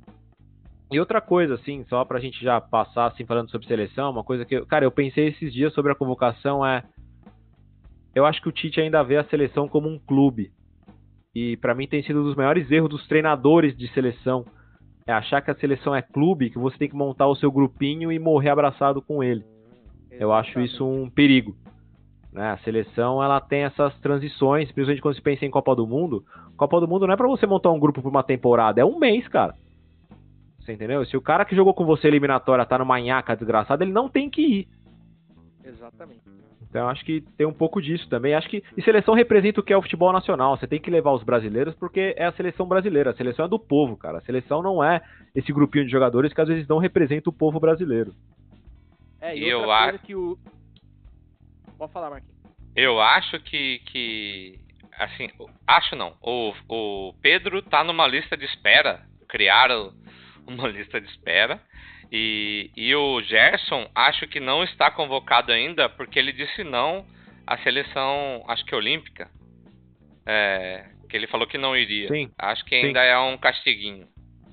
E outra coisa, assim, só pra gente já passar, assim, falando sobre seleção, uma coisa que, eu, cara, eu pensei esses dias sobre a convocação é... Eu acho que o Tite ainda vê a seleção como um clube. E pra mim tem sido um dos maiores erros dos treinadores de seleção. É achar que a seleção é clube, que você tem que montar o seu grupinho e morrer abraçado com ele. Exatamente. Eu acho isso um perigo. Né? A seleção, ela tem essas transições, principalmente quando se pensa em Copa do Mundo. Copa do Mundo não é pra você montar um grupo por uma temporada, é um mês, cara. Você entendeu? Se o cara que jogou com você eliminatória tá numa nhaca desgraçada, ele não tem que ir. Exatamente. Então acho que tem um pouco disso também. Acho que e seleção representa o que é o futebol nacional. Você tem que levar os brasileiros porque é a seleção brasileira. A seleção é do povo, cara. A seleção não é esse grupinho de jogadores que às vezes não representa o povo brasileiro. É, e eu outra coisa acho que o... Pode falar, Marquinhos. Eu acho que, que assim, acho não. O, o Pedro tá numa lista de espera. Criaram uma lista de espera. E, e o Gerson, acho que não está convocado ainda, porque ele disse não à seleção, acho que olímpica. É, que ele falou que não iria. Sim, acho que sim. ainda é um castiguinho.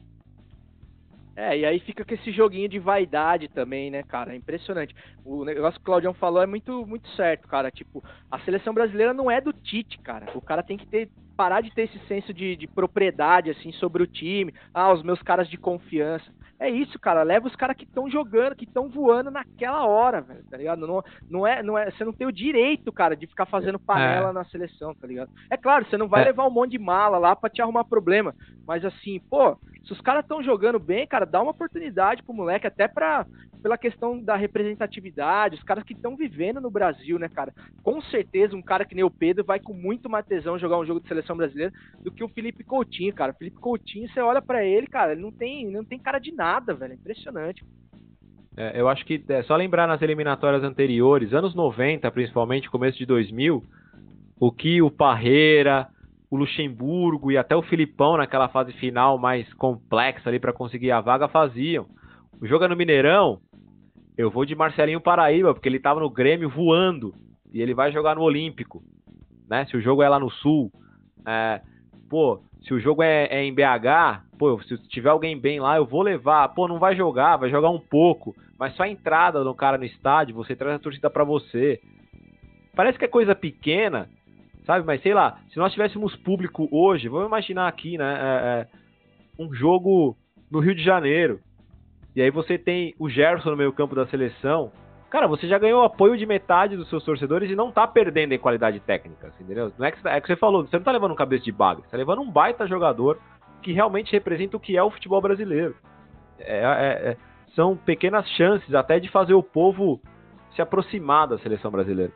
É, e aí fica com esse joguinho de vaidade também, né, cara? É impressionante. O negócio que o Claudião falou é muito, muito certo, cara. Tipo, a seleção brasileira não é do Tite, cara. O cara tem que ter, parar de ter esse senso de, de propriedade, assim, sobre o time. Ah, os meus caras de confiança. É isso, cara. Leva os caras que estão jogando, que estão voando naquela hora, velho, tá ligado? Não, não, é, não é, você não tem o direito, cara, de ficar fazendo panela é. na seleção, tá ligado? É claro, você não vai é. levar um monte de mala lá pra te arrumar problema. Mas assim, pô, se os caras estão jogando bem, cara, dá uma oportunidade pro moleque, até pra, pela questão da representatividade, os caras que estão vivendo no Brasil, né, cara? Com certeza um cara que nem o Pedro vai com muito mais tesão jogar um jogo de seleção brasileira do que o Felipe Coutinho, cara. O Felipe Coutinho, você olha pra ele, cara, ele não tem, não tem cara de nada. Nada, velho, impressionante. É, eu acho que é só lembrar nas eliminatórias anteriores, anos noventa, principalmente, começo de dois mil, o que o Parreira, o Luxemburgo e até o Filipão naquela fase final mais complexa ali para conseguir a vaga faziam. O jogo é no Mineirão, eu vou de Marcelinho Paraíba, porque ele tava no Grêmio voando e ele vai jogar no Olímpico, né? Se o jogo é lá no Sul, é, pô, se o jogo é, é em B H, pô, se tiver alguém bem lá, eu vou levar. Pô, não vai jogar, vai jogar um pouco, mas só a entrada do cara no estádio, você traz a torcida pra você. Parece que é coisa pequena, sabe? Mas sei lá, se nós tivéssemos público hoje, vamos imaginar aqui, né? É, é, um jogo no Rio de Janeiro, e aí você tem o Gerson no meio campo da seleção. Cara, você já ganhou o apoio de metade dos seus torcedores e não tá perdendo em qualidade técnica, entendeu? Não é que, é que você falou, você não tá levando um cabeça de bagre, você tá levando um baita jogador que realmente representa o que é o futebol brasileiro. É, é, é, são pequenas chances até de fazer o povo se aproximar da seleção brasileira.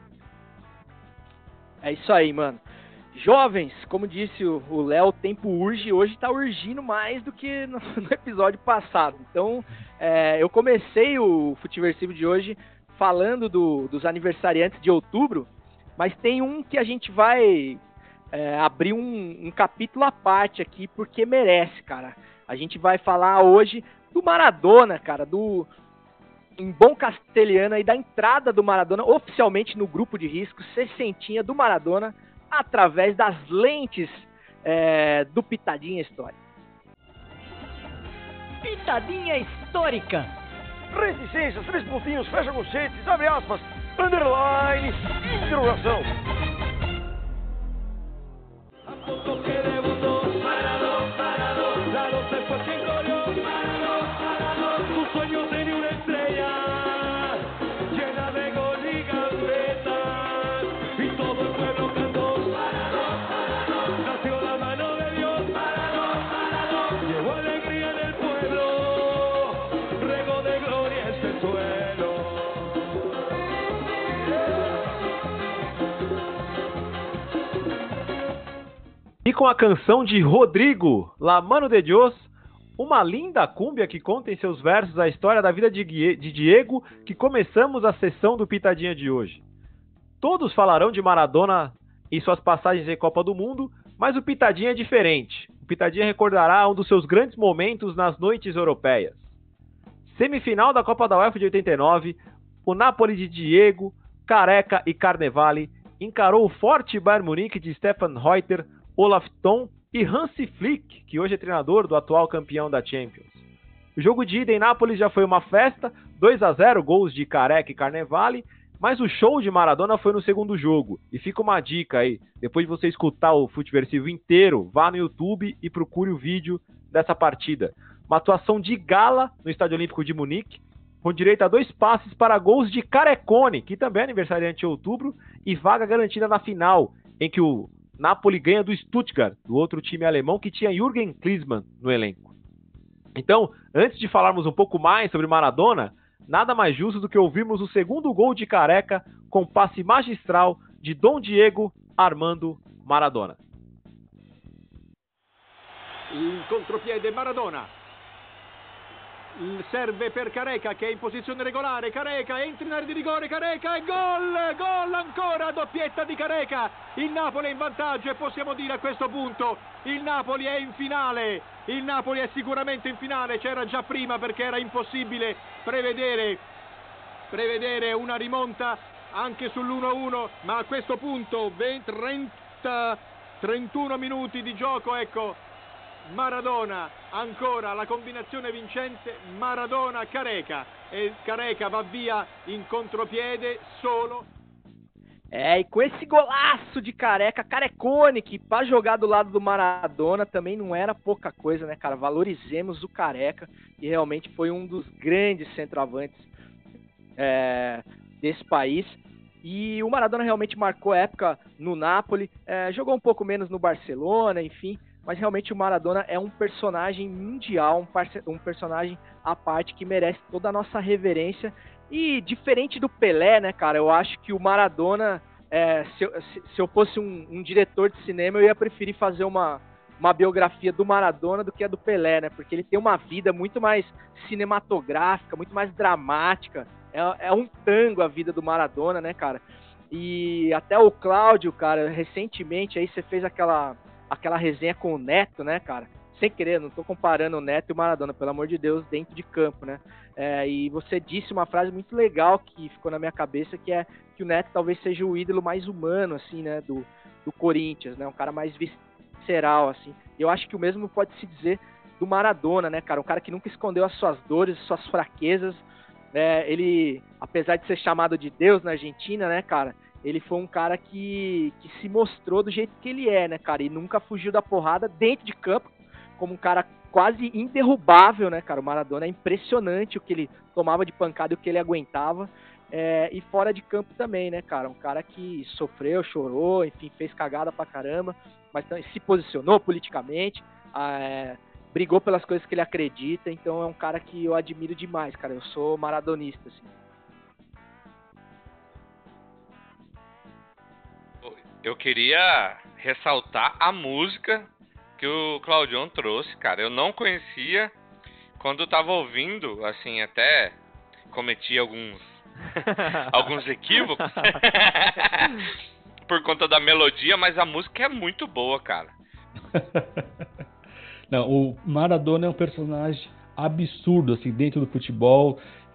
É isso aí, mano. Jovens, como disse o Léo, o tempo urge, hoje tá urgindo mais do que no, no episódio passado. Então, é, eu comecei o Futiversivo de hoje falando do, dos aniversariantes de outubro, mas tem um que a gente vai é, abrir um, um capítulo à parte aqui, porque merece, cara. A gente vai falar hoje do Maradona, cara, do... em bom castelhano aí, da entrada do Maradona oficialmente no grupo de risco, sessentinha do Maradona, através das lentes é, do Pitadinha Histórica. Pitadinha histórica. Reticências, três pontinhos, fecha conchetes, abre aspas, underline, interrogação. E com a canção de Rodrigo, La Mano de Dios, uma linda cúmbia que conta em seus versos a história da vida de Diego, que começamos a sessão do Pitadinha de hoje. Todos falarão de Maradona e suas passagens em Copa do Mundo, mas o Pitadinha é diferente. O Pitadinha recordará um dos seus grandes momentos nas noites europeias. Semifinal da Copa da UEFA de oitenta e nove, o Napoli de Diego, Careca e Carnevale encarou o forte Bayern Munique de Stefan Reuter, Olaf Thon e Hansi Flick, que hoje é treinador do atual campeão da Champions. O jogo de ida em Nápoles já foi uma festa, dois a zero, gols de Careca e Carnevale, mas o show de Maradona foi no segundo jogo. E fica uma dica aí, depois de você escutar o Futiversivo inteiro, vá no YouTube e procure o vídeo dessa partida. Uma atuação de gala no Estádio Olímpico de Munique, com direito a dois passes para gols de Carecone, que também é aniversariante em outubro, e vaga garantida na final, em que o Napoli ganha do Stuttgart, do outro time alemão que tinha Jürgen Klinsmann no elenco. Então, antes de falarmos um pouco mais sobre Maradona, nada mais justo do que ouvirmos o segundo gol de Careca com passe magistral de Dom Diego Armando Maradona. Il contropiede Maradona. Serve per Careca che è in posizione regolare. Careca entra in area di rigore. Careca e gol! Gol ancora! Doppietta di Careca. Il Napoli è in vantaggio e possiamo dire a questo punto il Napoli è in finale. Il Napoli è sicuramente in finale. C'era già prima perché era impossibile prevedere, prevedere una rimonta anche sull'uno a uno. Ma a questo punto trenta, trentuno minuti di gioco, ecco. Maradona, ancora la combinazione vincente Maradona-Careca e Careca va via in contropiede solo. É, e com esse golaço de Careca, Carecone, que pra jogar do lado do Maradona também não era pouca coisa, né, cara? Valorizemos o Careca, e realmente foi um dos grandes centroavantes é, desse país. E o Maradona realmente marcou a época no Napoli, é, jogou um pouco menos no Barcelona, enfim. Mas realmente o Maradona é um personagem mundial, um, parce... um personagem à parte que merece toda a nossa reverência. E diferente do Pelé, né, cara, eu acho que o Maradona, é, se, eu, se eu fosse um, um diretor de cinema, eu ia preferir fazer uma, uma biografia do Maradona do que a do Pelé, né? Porque ele tem uma vida muito mais cinematográfica, muito mais dramática. É, é um tango a vida do Maradona, né, cara? E até o Cláudio, cara, recentemente aí você fez aquela, aquela resenha com o Neto, né, cara? Sem querer, não tô comparando o Neto e o Maradona, pelo amor de Deus, dentro de campo, né? É, e você disse uma frase muito legal que ficou na minha cabeça, que é que o Neto talvez seja o ídolo mais humano, assim, né, do, do Corinthians, né? Um cara mais visceral, assim. Eu acho que o mesmo pode se dizer do Maradona, né, cara? Um cara que nunca escondeu as suas dores, as suas fraquezas, né? Ele, apesar de ser chamado de Deus na Argentina, né, cara? Ele foi um cara que, que se mostrou do jeito que ele é, né, cara? E nunca fugiu da porrada dentro de campo, como um cara quase inderrubável, né, cara? O Maradona é impressionante o que ele tomava de pancada e o que ele aguentava. É, e fora de campo também, né, cara? Um cara que sofreu, chorou, enfim, fez cagada pra caramba, mas também se posicionou politicamente, é, brigou pelas coisas que ele acredita, então é um cara que eu admiro demais, cara. Eu sou maradonista, assim. Eu queria ressaltar a música que o Claudião trouxe, cara. Eu não conhecia. Quando eu tava ouvindo, assim, até cometi alguns alguns equívocos por conta da melodia, mas a música é muito boa, cara. Não, o Maradona é um personagem absurdo, assim, dentro do futebol.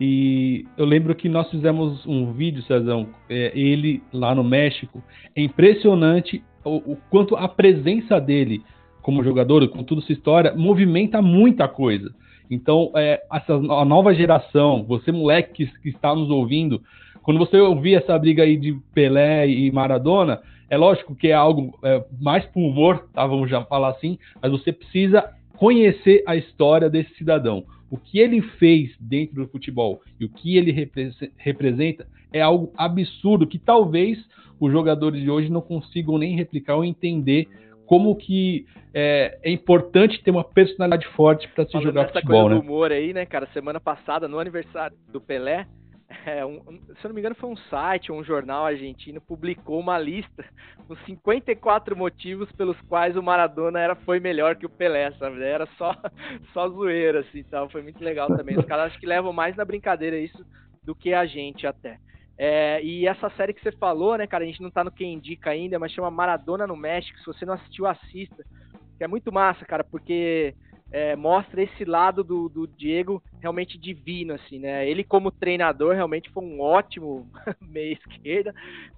E eu lembro que nós fizemos um vídeo, Cezão, é, ele lá no México. É impressionante o, o quanto a presença dele como jogador, com toda essa história, movimenta muita coisa. Então, é, essa, a nova geração, você moleque que, que está nos ouvindo, quando você ouvir essa briga aí de Pelé e Maradona, é lógico que é algo é, mais pro humor, tá? Vamos já falar assim, mas você precisa conhecer a história desse cidadão. O que ele fez dentro do futebol e o que ele repre- representa é algo absurdo que talvez os jogadores de hoje não consigam nem replicar ou entender como que é, é importante ter uma personalidade forte para se Falando jogar nessa futebol, coisa né? do humor aí, né, cara? Semana passada, no aniversário do Pelé, é, um, um, se eu não me engano foi um site ou um jornal argentino, publicou uma lista com cinquenta e quatro motivos pelos quais o Maradona era, foi melhor que o Pelé, sabe? Era só, só zoeira, assim, tal. Foi muito legal também. Os caras acho que levam mais na brincadeira isso do que a gente até. É, e essa série que você falou, né, cara, a gente não tá no Quem Indica ainda, mas chama Maradona no México. Se você não assistiu, assista, que é muito massa, cara, porque é, mostra esse lado do, do Diego realmente divino, assim, né? Ele como treinador realmente foi um ótimo meia esquerda,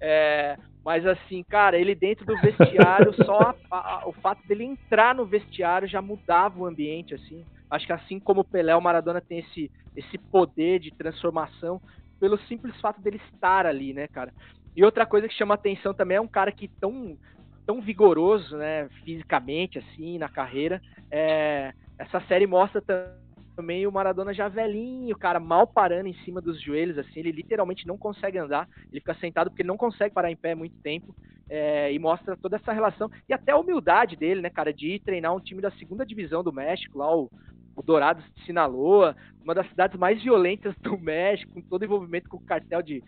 é, mas assim, cara, ele dentro do vestiário, só a, a, o fato dele entrar no vestiário já mudava o ambiente, assim. Acho que assim como o Pelé, o Maradona tem esse, esse poder de transformação pelo simples fato dele estar ali, né, cara? E outra coisa que chama atenção também é um cara que tão, tão vigoroso, né, fisicamente, assim, na carreira. É, essa série mostra também o Maradona já velhinho, o cara mal parando em cima dos joelhos, assim, ele literalmente não consegue andar, ele fica sentado porque ele não consegue parar em pé muito tempo, é, e mostra toda essa relação, e até a humildade dele, né, cara, de ir treinar um time da segunda divisão do México, lá o o Dorados de Sinaloa, uma das cidades mais violentas do México, com todo envolvimento com o cartel de,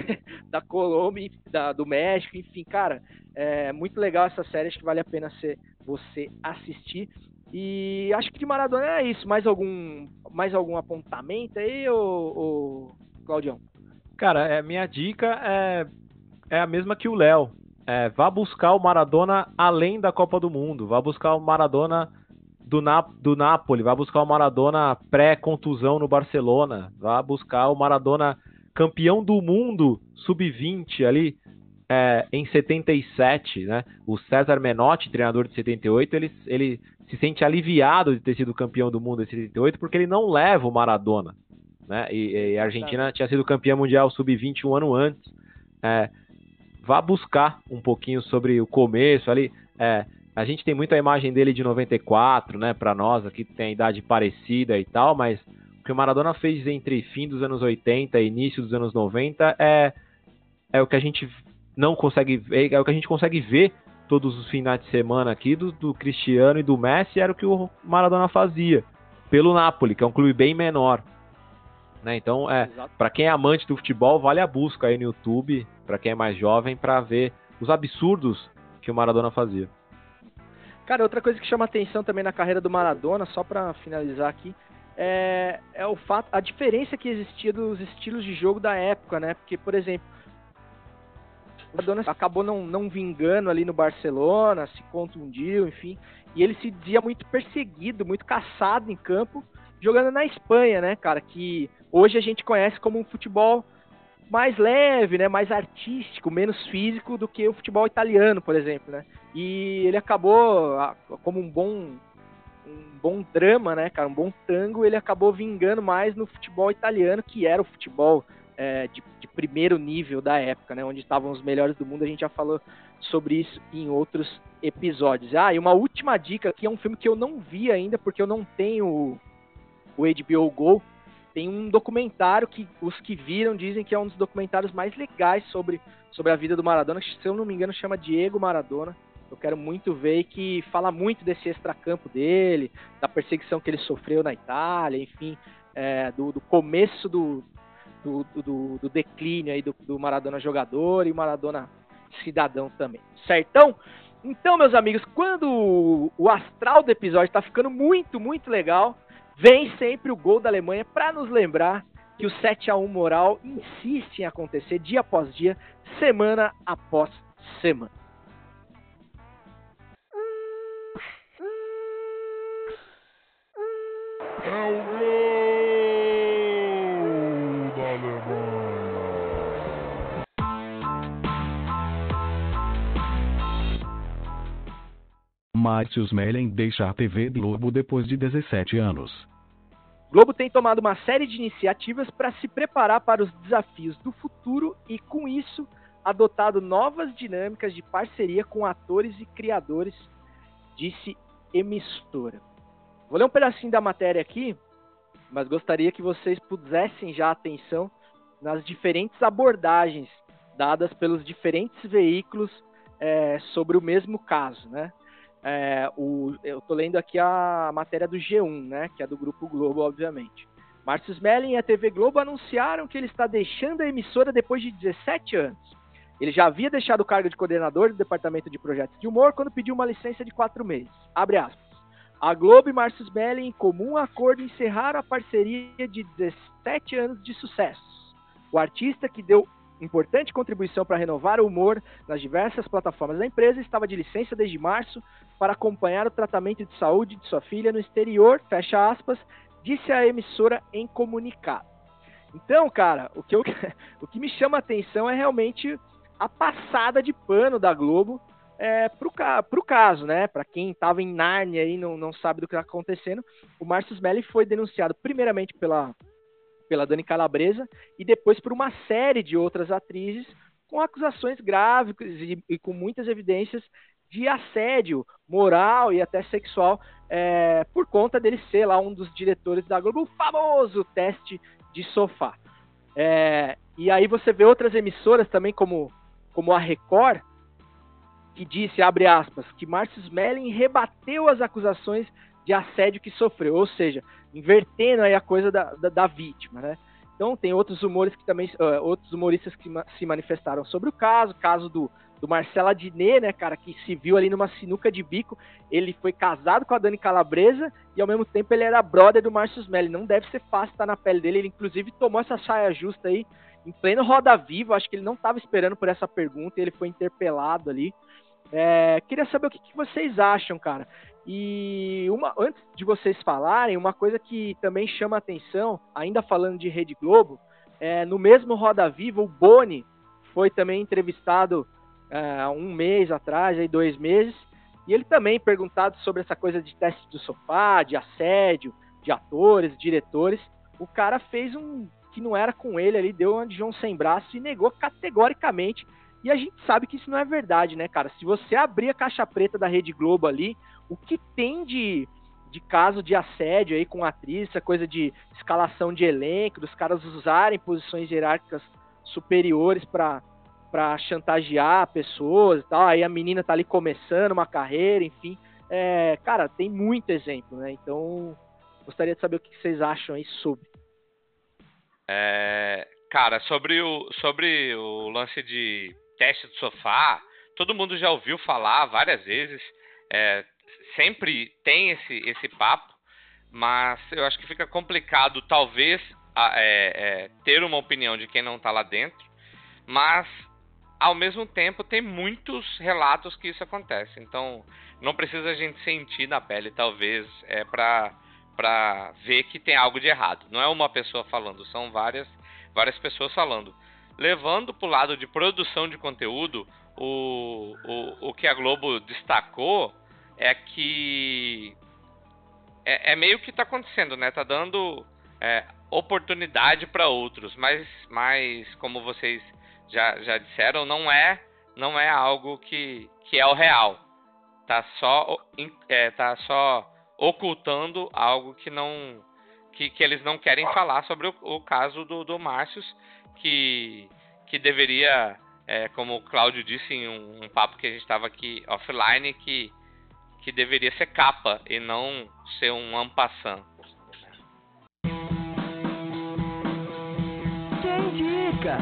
da Colômbia, da, do México, enfim, cara, é muito legal essa série, acho que vale a pena ser, você assistir. E acho que de Maradona é isso. Mais algum, mais algum apontamento aí, ô, ô Claudião? Cara, é, minha dica é, é a mesma que o Léo. É, vá buscar o Maradona além da Copa do Mundo, vá buscar o Maradona do, Na, do Napoli, vai buscar o Maradona pré-contusão no Barcelona, vai buscar o Maradona campeão do mundo sub vinte ali é, em setenta e sete, né? O César Menotti, treinador de setenta e oito, ele, ele se sente aliviado de ter sido campeão do mundo em setenta e oito porque ele não leva o Maradona, né? E, e a Argentina tinha sido campeã mundial sub vinte um ano antes. É, vá buscar um pouquinho sobre o começo ali. É, a gente tem muita imagem dele de noventa e quatro, né, para nós aqui que tem a idade parecida e tal, mas o que o Maradona fez entre fim dos anos oitenta e início dos anos noventa é, é o que a gente não consegue ver, é o que a gente consegue ver todos os finais de semana aqui do, do Cristiano e do Messi, era o que o Maradona fazia pelo Napoli, que é um clube bem menor, né? Então, é, para quem é amante do futebol, vale a busca aí no YouTube, para quem é mais jovem, para ver os absurdos que o Maradona fazia. Cara, outra coisa que chama atenção também na carreira do Maradona, só pra finalizar aqui, é, é o fato, a diferença que existia dos estilos de jogo da época, né? Porque, por exemplo, o Maradona acabou não, não vingando ali no Barcelona, se contundiu, enfim, e ele se dizia muito perseguido, muito caçado em campo, jogando na Espanha, né, cara? Que hoje a gente conhece como um futebol mais leve, né, mais artístico, menos físico do que o futebol italiano, por exemplo, né? E ele acabou, como um bom, um bom drama, né, cara, um bom tango, ele acabou vingando mais no futebol italiano, que era o futebol é, de, de primeiro nível da época, né, onde estavam os melhores do mundo. A gente já falou sobre isso em outros episódios. Ah, e uma última dica aqui, é um filme que eu não vi ainda, porque eu não tenho o H B O Go. Tem um documentário que os que viram dizem que é um dos documentários mais legais sobre, sobre a vida do Maradona, que, se eu não me engano, chama Diego Maradona. Eu quero muito ver, e que fala muito desse extracampo dele, da perseguição que ele sofreu na Itália, enfim, é, do, do começo do, do, do, do declínio aí do, do Maradona jogador e o Maradona cidadão também. Certão? Então, meus amigos, quando o astral do episódio está ficando muito, muito legal, vem sempre o gol da Alemanha para nos lembrar que o sete a um moral insiste em acontecer dia após dia, semana após semana. É o gol da Alemanha. Márcio Smelling deixa a T V Globo depois de dezessete anos. Globo tem tomado uma série de iniciativas para se preparar para os desafios do futuro e, com isso, adotado novas dinâmicas de parceria com atores e criadores, disse emissora. Vou ler um pedacinho da matéria aqui, mas gostaria que vocês pusessem já atenção nas diferentes abordagens dadas pelos diferentes veículos é, sobre o mesmo caso, né? É, o, eu tô lendo aqui a matéria do G um, né, que é do Grupo Globo, obviamente. Márcio Smelling e a T V Globo anunciaram que ele está deixando a emissora depois de dezessete anos. Ele já havia deixado o cargo de coordenador do Departamento de Projetos de Humor quando pediu uma licença de quatro meses. Abre aspas. A Globo e Márcio Smelling, em comum acordo, encerraram a parceria de dezessete anos de sucessos. O artista, que deu importante contribuição para renovar o humor nas diversas plataformas da empresa, estava de licença desde março para acompanhar o tratamento de saúde de sua filha no exterior, fecha aspas, disse a emissora em comunicado. Então, cara, o que, eu, o que me chama a atenção é realmente a passada de pano da Globo é, pro, pro caso, né? Para quem estava em Nárnia e não, não sabe do que está acontecendo, o Márcio Smelling foi denunciado primeiramente pela pela Dani Calabresa, e depois por uma série de outras atrizes com acusações graves e, e com muitas evidências de assédio moral e até sexual, é, por conta dele ser lá um dos diretores da Globo, o famoso teste de sofá. É, e aí você vê outras emissoras também, como, como a Record, que disse, abre aspas, que Márcio Smelling rebateu as acusações de assédio que sofreu, ou seja, invertendo aí a coisa da, da, da vítima, né? Então tem outros humores que também, uh, outros humoristas que ma- se manifestaram sobre o caso, caso do, do Marcelo Adnet, né, cara, que se viu ali numa sinuca de bico. Ele foi casado com a Dani Calabresa e ao mesmo tempo ele era brother do Márcio Smelling. Não deve ser fácil estar na pele dele. Ele inclusive tomou essa saia justa aí em pleno Roda Viva. Acho que ele não estava esperando por essa pergunta e ele foi interpelado ali. É, queria saber o que, que vocês acham, cara. E uma, antes de vocês falarem, uma coisa que também chama a atenção, ainda falando de Rede Globo, é, no mesmo Roda Viva, o Boni foi também entrevistado há é, um mês atrás, aí dois meses, e ele também perguntado sobre essa coisa de teste do sofá, de assédio, de atores, diretores. O cara fez um que não era com ele ali, deu uma de João sem braço e negou categoricamente. E a gente sabe que isso não é verdade, né, cara? Se você abrir a caixa preta da Rede Globo ali, o que tem de, de caso de assédio aí com atriz, essa coisa de escalação de elenco, dos caras usarem posições hierárquicas superiores para para chantagear pessoas e tal, aí a menina tá ali começando uma carreira, enfim. É, cara, tem muito exemplo, né? Então, gostaria de saber o que vocês acham aí sobre. É, cara, sobre o, sobre o lance de teste do sofá, todo mundo já ouviu falar várias vezes. É, sempre tem esse, esse papo, mas eu acho que fica complicado, talvez, a, é, é, ter uma opinião de quem não está lá dentro, mas, ao mesmo tempo, tem muitos relatos que isso acontece. Então, não precisa a gente sentir na pele, talvez, é, para para ver que tem algo de errado. Não é uma pessoa falando, são várias, várias pessoas falando. Levando para o lado de produção de conteúdo, o, o, o que a Globo destacou é que é, é meio que está acontecendo, né? Tá dando é, oportunidade para outros, mas, mas como vocês já, já disseram, não é, não é algo que, que é o real. Tá só, é, tá só ocultando algo que não que, que eles não querem falar sobre o, o caso do, do Márcios, que, que deveria, é, como o Cláudio disse em um, um papo que a gente estava aqui offline, que, que deveria ser capa e não ser um en passant. Quem indica?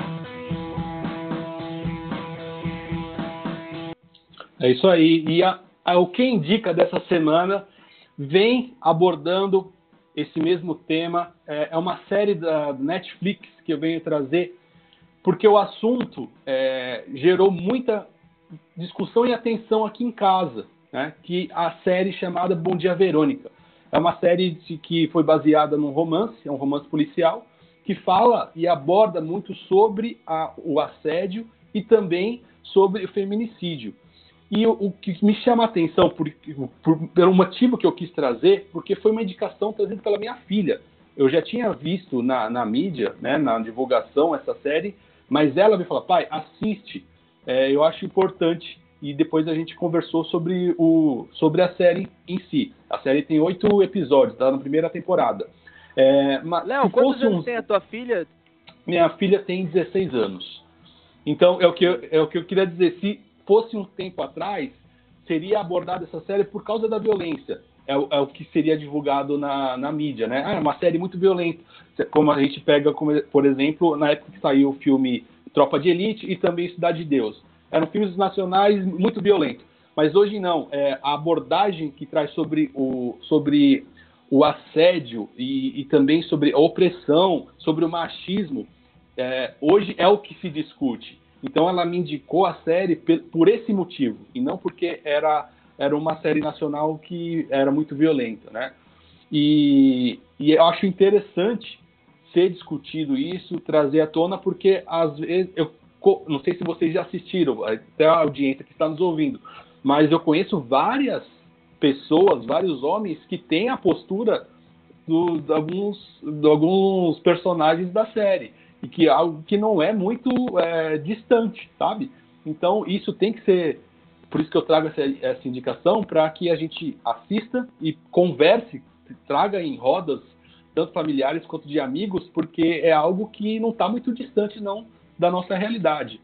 É isso aí. E a, a, o que indica dessa semana vem abordando esse mesmo tema. É, é uma série da Netflix que eu venho trazer, porque o assunto é, gerou muita discussão e atenção aqui em casa, né? Que a série chamada Bom Dia Verônica. É uma série de, que foi baseada num romance, é um romance policial, que fala e aborda muito sobre a, o assédio e também sobre o feminicídio. E o, o que me chama a atenção, por, por, pelo motivo que eu quis trazer, porque foi uma indicação trazida pela minha filha. Eu já tinha visto na, na mídia, né, na divulgação, essa série, mas ela me falou, pai, assiste, é, eu acho importante. E depois a gente conversou sobre, o, sobre a série em si. A série tem oito episódios, está na primeira temporada. É, Léo, quantos anos um... tem a tua filha? Minha filha tem dezesseis anos. Então, é o que eu, é o que eu queria dizer. Se fosse um tempo atrás, seria abordada essa série por causa da violência. É o, é o que seria divulgado na, na mídia, né? Ah, é uma série muito violenta. Como a gente pega, como, por exemplo, na época que saiu o filme Tropa de Elite e também Cidade de Deus. Eram filmes nacionais muito violentos. Mas hoje não. É, a abordagem que traz sobre o, sobre o assédio e, e também sobre a opressão, sobre o machismo, é, hoje é o que se discute. Então ela me indicou a série por esse motivo, e não porque era, era uma série nacional que era muito violenta, né? E, e eu acho interessante ser discutido isso, trazer à tona, porque às vezes, eu não sei se vocês já assistiram, até a audiência que está nos ouvindo, mas eu conheço várias pessoas, vários homens que têm a postura do, de, alguns, de alguns personagens da série. E que é algo que não é muito é, distante, sabe? Então, isso tem que ser... Por isso que eu trago essa, essa indicação, para que a gente assista e converse, traga em rodas, tanto familiares quanto de amigos, porque é algo que não está muito distante, não, da nossa realidade.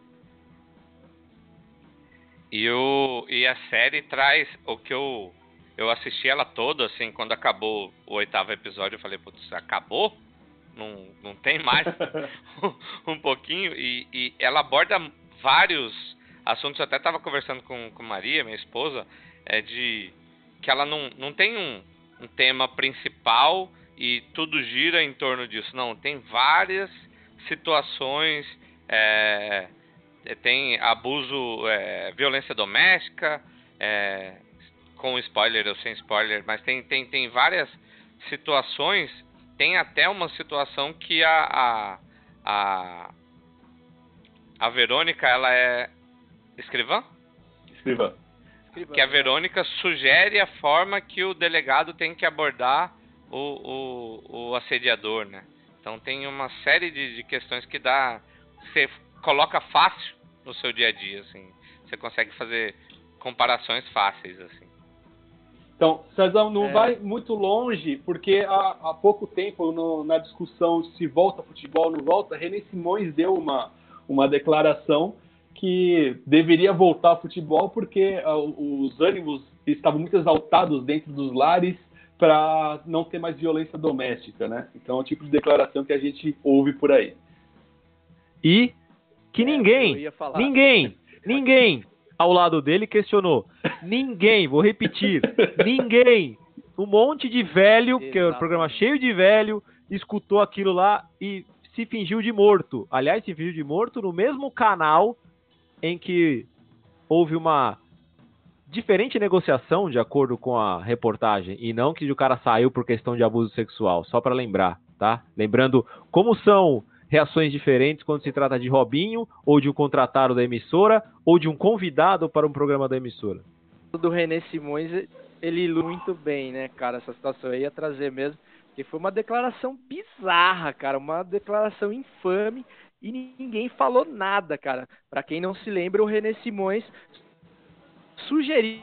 E, o, e a série traz o que eu... Eu assisti ela toda, assim, quando acabou o oitavo episódio, eu falei, putz, acabou? Não, não tem mais um pouquinho, e, e ela aborda vários assuntos. Eu até estava conversando com, com Maria, minha esposa, é de que ela não, não tem um, um tema principal e tudo gira em torno disso. Não, tem várias situações, é, tem abuso, é, violência doméstica, é, com spoiler ou sem spoiler, mas tem, tem, tem várias situações. Tem até uma situação que a, a, a, a Verônica, ela é escrivã? Escrivã. Que a Verônica sugere a forma que o delegado tem que abordar o, o, o assediador, né? Então tem uma série de, de questões que dá, você coloca fácil no seu dia a dia, assim. Você consegue fazer comparações fáceis, assim. Então, Cezão, não É. vai muito longe, porque há, há pouco tempo, no, na discussão se volta futebol ou não volta, René Simões deu uma, uma declaração que deveria voltar ao futebol porque uh, os ânimos estavam muito exaltados dentro dos lares para não ter mais violência doméstica, né? Então é o tipo de declaração que a gente ouve por aí. E que É, ninguém, eu ia falar. ninguém, ninguém ao lado dele questionou. Ninguém, vou repetir, ninguém, um monte de velho, que é um programa cheio de velho, escutou aquilo lá e se fingiu de morto. Aliás, se fingiu de morto no mesmo canal em que houve uma diferente negociação, de acordo com a reportagem, e não que o cara saiu por questão de abuso sexual, só para lembrar, tá? Lembrando como são reações diferentes quando se trata de Robinho, ou de um contratado da emissora, ou de um convidado para um programa da emissora. Do René Simões, ele ilustrou muito bem, né, cara, essa situação. Eu ia trazer mesmo, que foi uma declaração bizarra, cara, uma declaração infame, e ninguém falou nada, cara. Pra quem não se lembra, o René Simões sugeriu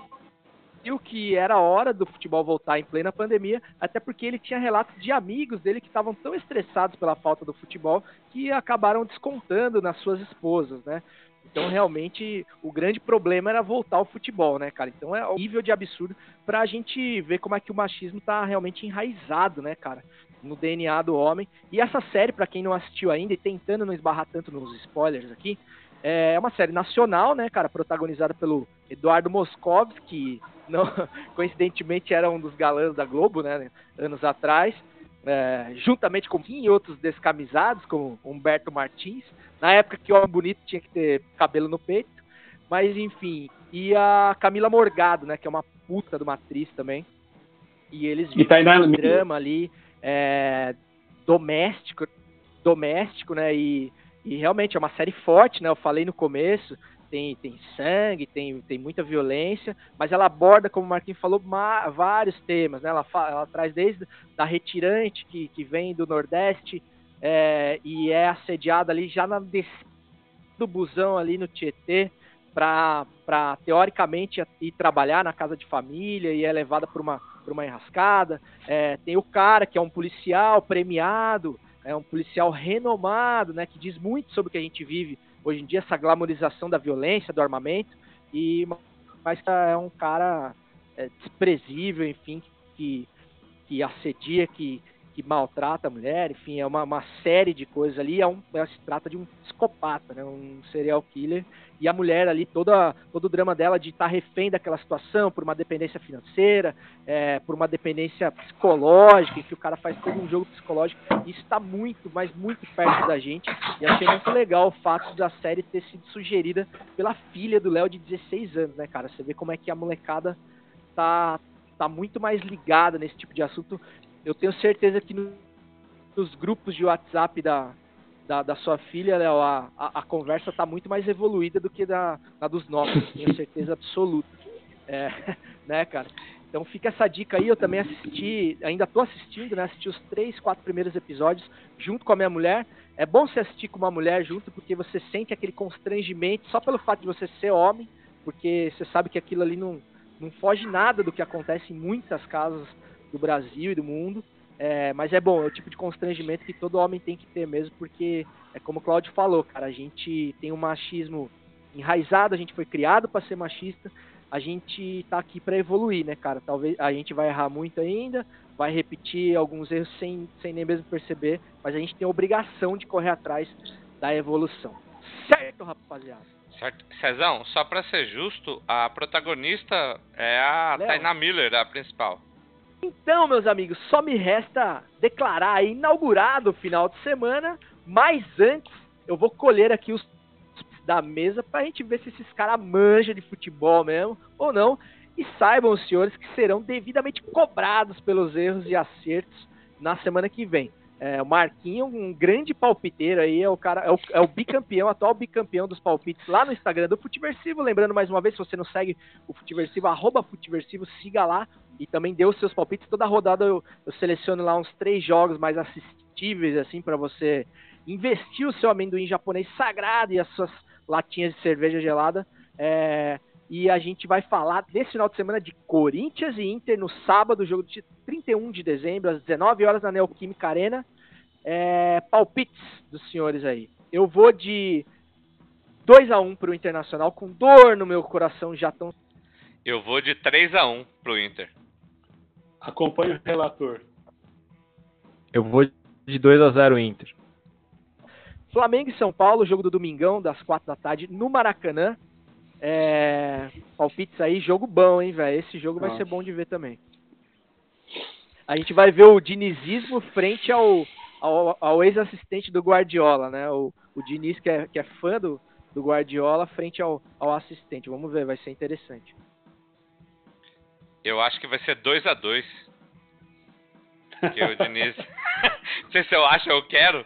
que era hora do futebol voltar em plena pandemia, até porque ele tinha relatos de amigos dele que estavam tão estressados pela falta do futebol que acabaram descontando nas suas esposas, né? Então, realmente, o grande problema era voltar ao futebol, né, cara? Então, é um nível de absurdo pra gente ver como é que o machismo tá realmente enraizado, né, cara? No D N A do homem. E essa série, pra quem não assistiu ainda e tentando não esbarrar tanto nos spoilers aqui, é uma série nacional, né, cara? Protagonizada pelo Eduardo Moscovitz, que não, coincidentemente era um dos galãs da Globo, né, anos atrás. É, juntamente com e outros descamisados, como Humberto Martins, na época que o homem bonito tinha que ter cabelo no peito, mas enfim, e a Camila Morgado, né, que é uma puta de uma atriz também, e eles vivem um drama ali, é, doméstico, doméstico, né, e, e realmente é uma série forte, né, eu falei no começo, Tem, tem sangue, tem, tem muita violência, mas ela aborda, como o Marquinhos falou, ma, vários temas, né? Ela, fa, ela traz desde da retirante, que, que vem do Nordeste, é, e é assediada ali já na descida do busão ali no Tietê, para, teoricamente, ir trabalhar na casa de família, e é levada por uma, por uma enrascada. É, tem o cara, que é um policial premiado, é um policial renomado, né? Que diz muito sobre o que a gente vive hoje em dia, essa glamorização da violência, do armamento, e, mas é um cara é, desprezível, enfim, que, que assedia, que, que maltrata a mulher, enfim, é uma, uma série de coisas ali, é um, é, se trata de um psicopata, né, um serial killer, e a mulher ali, toda, todo o drama dela de estar refém daquela situação, por uma dependência financeira, é, por uma dependência psicológica, que o cara faz todo um jogo psicológico, isso está muito, mas muito perto da gente, e achei muito legal o fato da série ter sido sugerida pela filha do Léo de dezesseis anos, né, cara, você vê como é que a molecada tá, tá muito mais ligada nesse tipo de assunto. Eu tenho certeza que no, nos grupos de WhatsApp da Da, da sua filha, Léo, a, a, a conversa está muito mais evoluída do que da, da dos nossos, tenho certeza absoluta. É, né, cara? Então fica essa dica aí, eu também assisti, ainda tô assistindo, né? Assisti os três, quatro primeiros episódios junto com a minha mulher. É bom você assistir com uma mulher junto, porque você sente aquele constrangimento só pelo fato de você ser homem, porque você sabe que aquilo ali não, não foge nada do que acontece em muitas casas do Brasil e do mundo. É, mas é bom, é o tipo de constrangimento que todo homem tem que ter mesmo, porque é como o Cláudio falou, cara, a gente tem um machismo enraizado, a gente foi criado para ser machista, a gente tá aqui para evoluir, né, cara? Talvez a gente vai errar muito ainda, vai repetir alguns erros sem, sem nem mesmo perceber, mas a gente tem a obrigação de correr atrás da evolução. Certo, rapaziada? Certo. Cezão, só para ser justo, a protagonista é a Léo. Taina Miller, a principal. Então, meus amigos, só me resta declarar aí inaugurado o final de semana, mas antes eu vou colher aqui os da mesa pra gente ver se esses caras manjam de futebol mesmo ou não, e saibam, os senhores, que serão devidamente cobrados pelos erros e acertos na semana que vem. É, o Marquinho, um grande palpiteiro aí, é o cara, é o, é o bicampeão, atual bicampeão dos palpites lá no Instagram do Futiversivo. Lembrando mais uma vez, se você não segue o Futiversivo, arroba Futiversivo, siga lá e também dê os seus palpites. Toda rodada eu, eu seleciono lá uns três jogos mais assistíveis, assim, para você investir o seu amendoim japonês sagrado e as suas latinhas de cerveja gelada. É, e a gente vai falar desse final de semana de Corinthians e Inter no sábado, jogo de trinta e um de dezembro, às dezenove horas na Neoquímica Arena. É, palpites dos senhores aí. Eu vou de dois a um pro Internacional, com dor no meu coração já tão... Eu vou de três a um pro Inter. Acompanhe o relator. Eu vou de dois a zero Inter. Flamengo e São Paulo, jogo do domingão, das quatro da tarde, no Maracanã. É, palpites aí, jogo bom, hein, velho? Esse jogo vai Nossa. ser bom de ver também. A gente vai ver o dinizismo frente ao, ao, ao ex-assistente do Guardiola, né? O, o Diniz, que é, que é fã do, do Guardiola, frente ao, ao assistente. Vamos ver, vai ser interessante. Eu acho que vai ser dois a dois. Porque o Diniz... Não sei se eu acho, eu quero.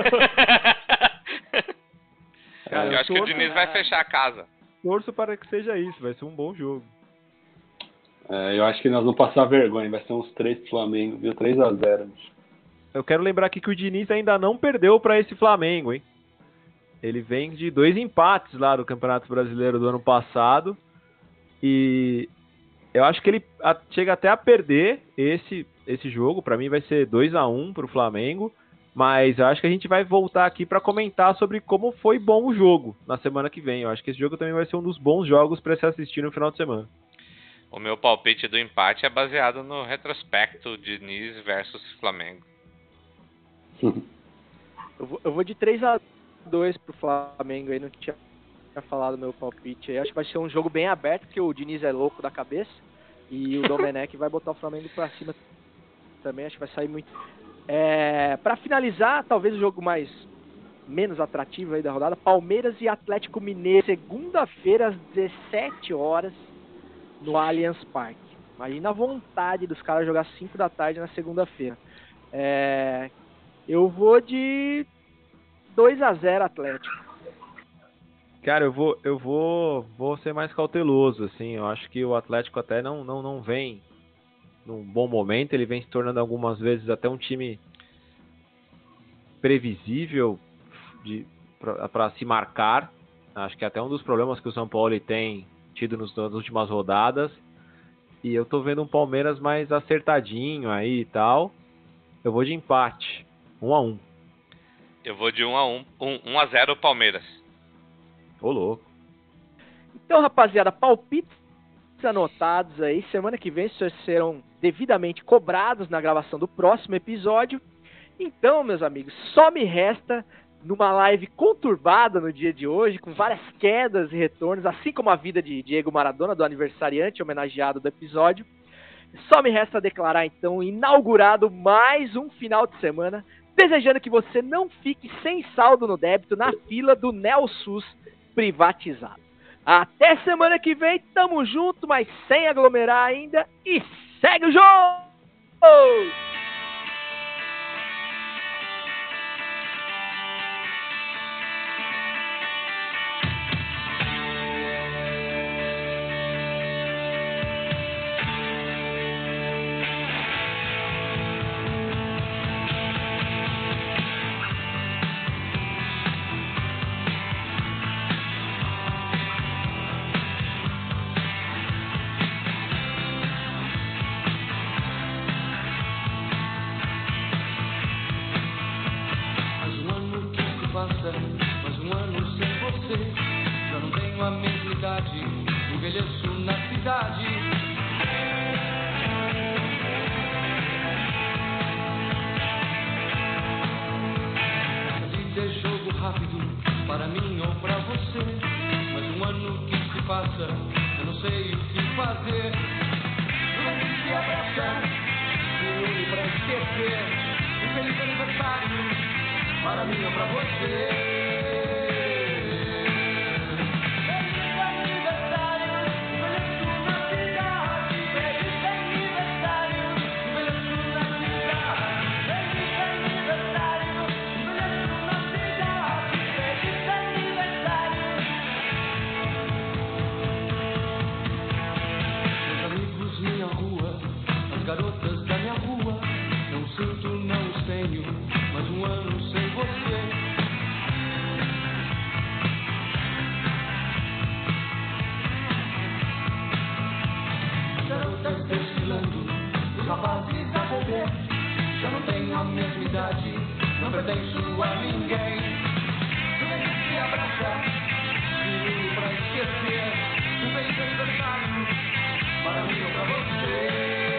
Cara, eu eu acho que o torço- Diniz vai fechar a casa. Torço para que seja isso, vai ser um bom jogo. É, eu acho que nós vamos passar vergonha, vai ser uns três pro Flamengo, viu? três a zero. Eu quero lembrar aqui que o Diniz ainda não perdeu para esse Flamengo, hein? Ele vem de dois empates lá do Campeonato Brasileiro do ano passado. E eu acho que ele a- chega até a perder esse, esse jogo. Para mim vai ser dois a um pro Flamengo. Mas eu acho que a gente vai voltar aqui para comentar sobre como foi bom o jogo na semana que vem. Eu acho que esse jogo também vai ser um dos bons jogos para se assistir no final de semana. O meu palpite do empate é baseado no retrospecto Diniz versus Flamengo. Eu vou, eu vou de três a dois pro Flamengo aí, não tinha, tinha falado meu palpite aí. Acho que vai ser um jogo bem aberto, porque o Diniz é louco da cabeça. E o Domenech vai botar o Flamengo pra cima também, acho que vai sair muito. É, pra finalizar, talvez o jogo mais menos atrativo aí da rodada, Palmeiras e Atlético Mineiro, segunda-feira às dezessete horas no Allianz Parque. Imagina a vontade dos caras jogar cinco da tarde na segunda-feira. É, eu vou de dois a zero Atlético. Cara, eu vou, eu vou, vou ser mais cauteloso, assim. Eu acho que o Atlético até não, não, não vem num bom momento. Ele vem se tornando algumas vezes até um time previsível para se marcar. Acho que é até um dos problemas que o São Paulo tem tido nos, nas últimas rodadas. E eu tô vendo um Palmeiras mais acertadinho aí e tal. Eu vou de empate, um a um. Eu vou de um a um, um a zero Palmeiras. Ô, louco. Então, rapaziada, palpites anotados aí. Semana que vem serão devidamente cobrados na gravação do próximo episódio. Então, meus amigos, só me resta, numa live conturbada no dia de hoje, com várias quedas e retornos, assim como a vida de Diego Maradona, do aniversariante homenageado do episódio, só me resta declarar, então, inaugurado mais um final de semana, desejando que você não fique sem saldo no débito na fila do NeoSUS privatizado. Até semana que vem, tamo junto, mas sem aglomerar ainda, e segue o jogo! Mais um ano que se passa, mais um ano sem você. Já não tenho a mesma idade, envelheço na cidade. A vida é jogo rápido, para mim ou para você. Mais um ano que se passa, eu não sei o que fazer. Não é que abraçar, se une pra esquecer. Um feliz aniversário para mim ou pra você. Feliz aniversário, envelheço na cidade. Feliz aniversário, envelheço na cidade. Feliz aniversário, envelheço na cidade. Feliz aniversário. Meus amigos, minha rua, as garotas da minha rua. Não sinto, não os tenho, mais um ano sem você. As garotas desfilando, os rapazes a correr. Já não tenho a mesma idade, não pertenço a ninguém. Vem se abraçar, se une pra esquecer. Um feliz aniversário para mim ou pra você.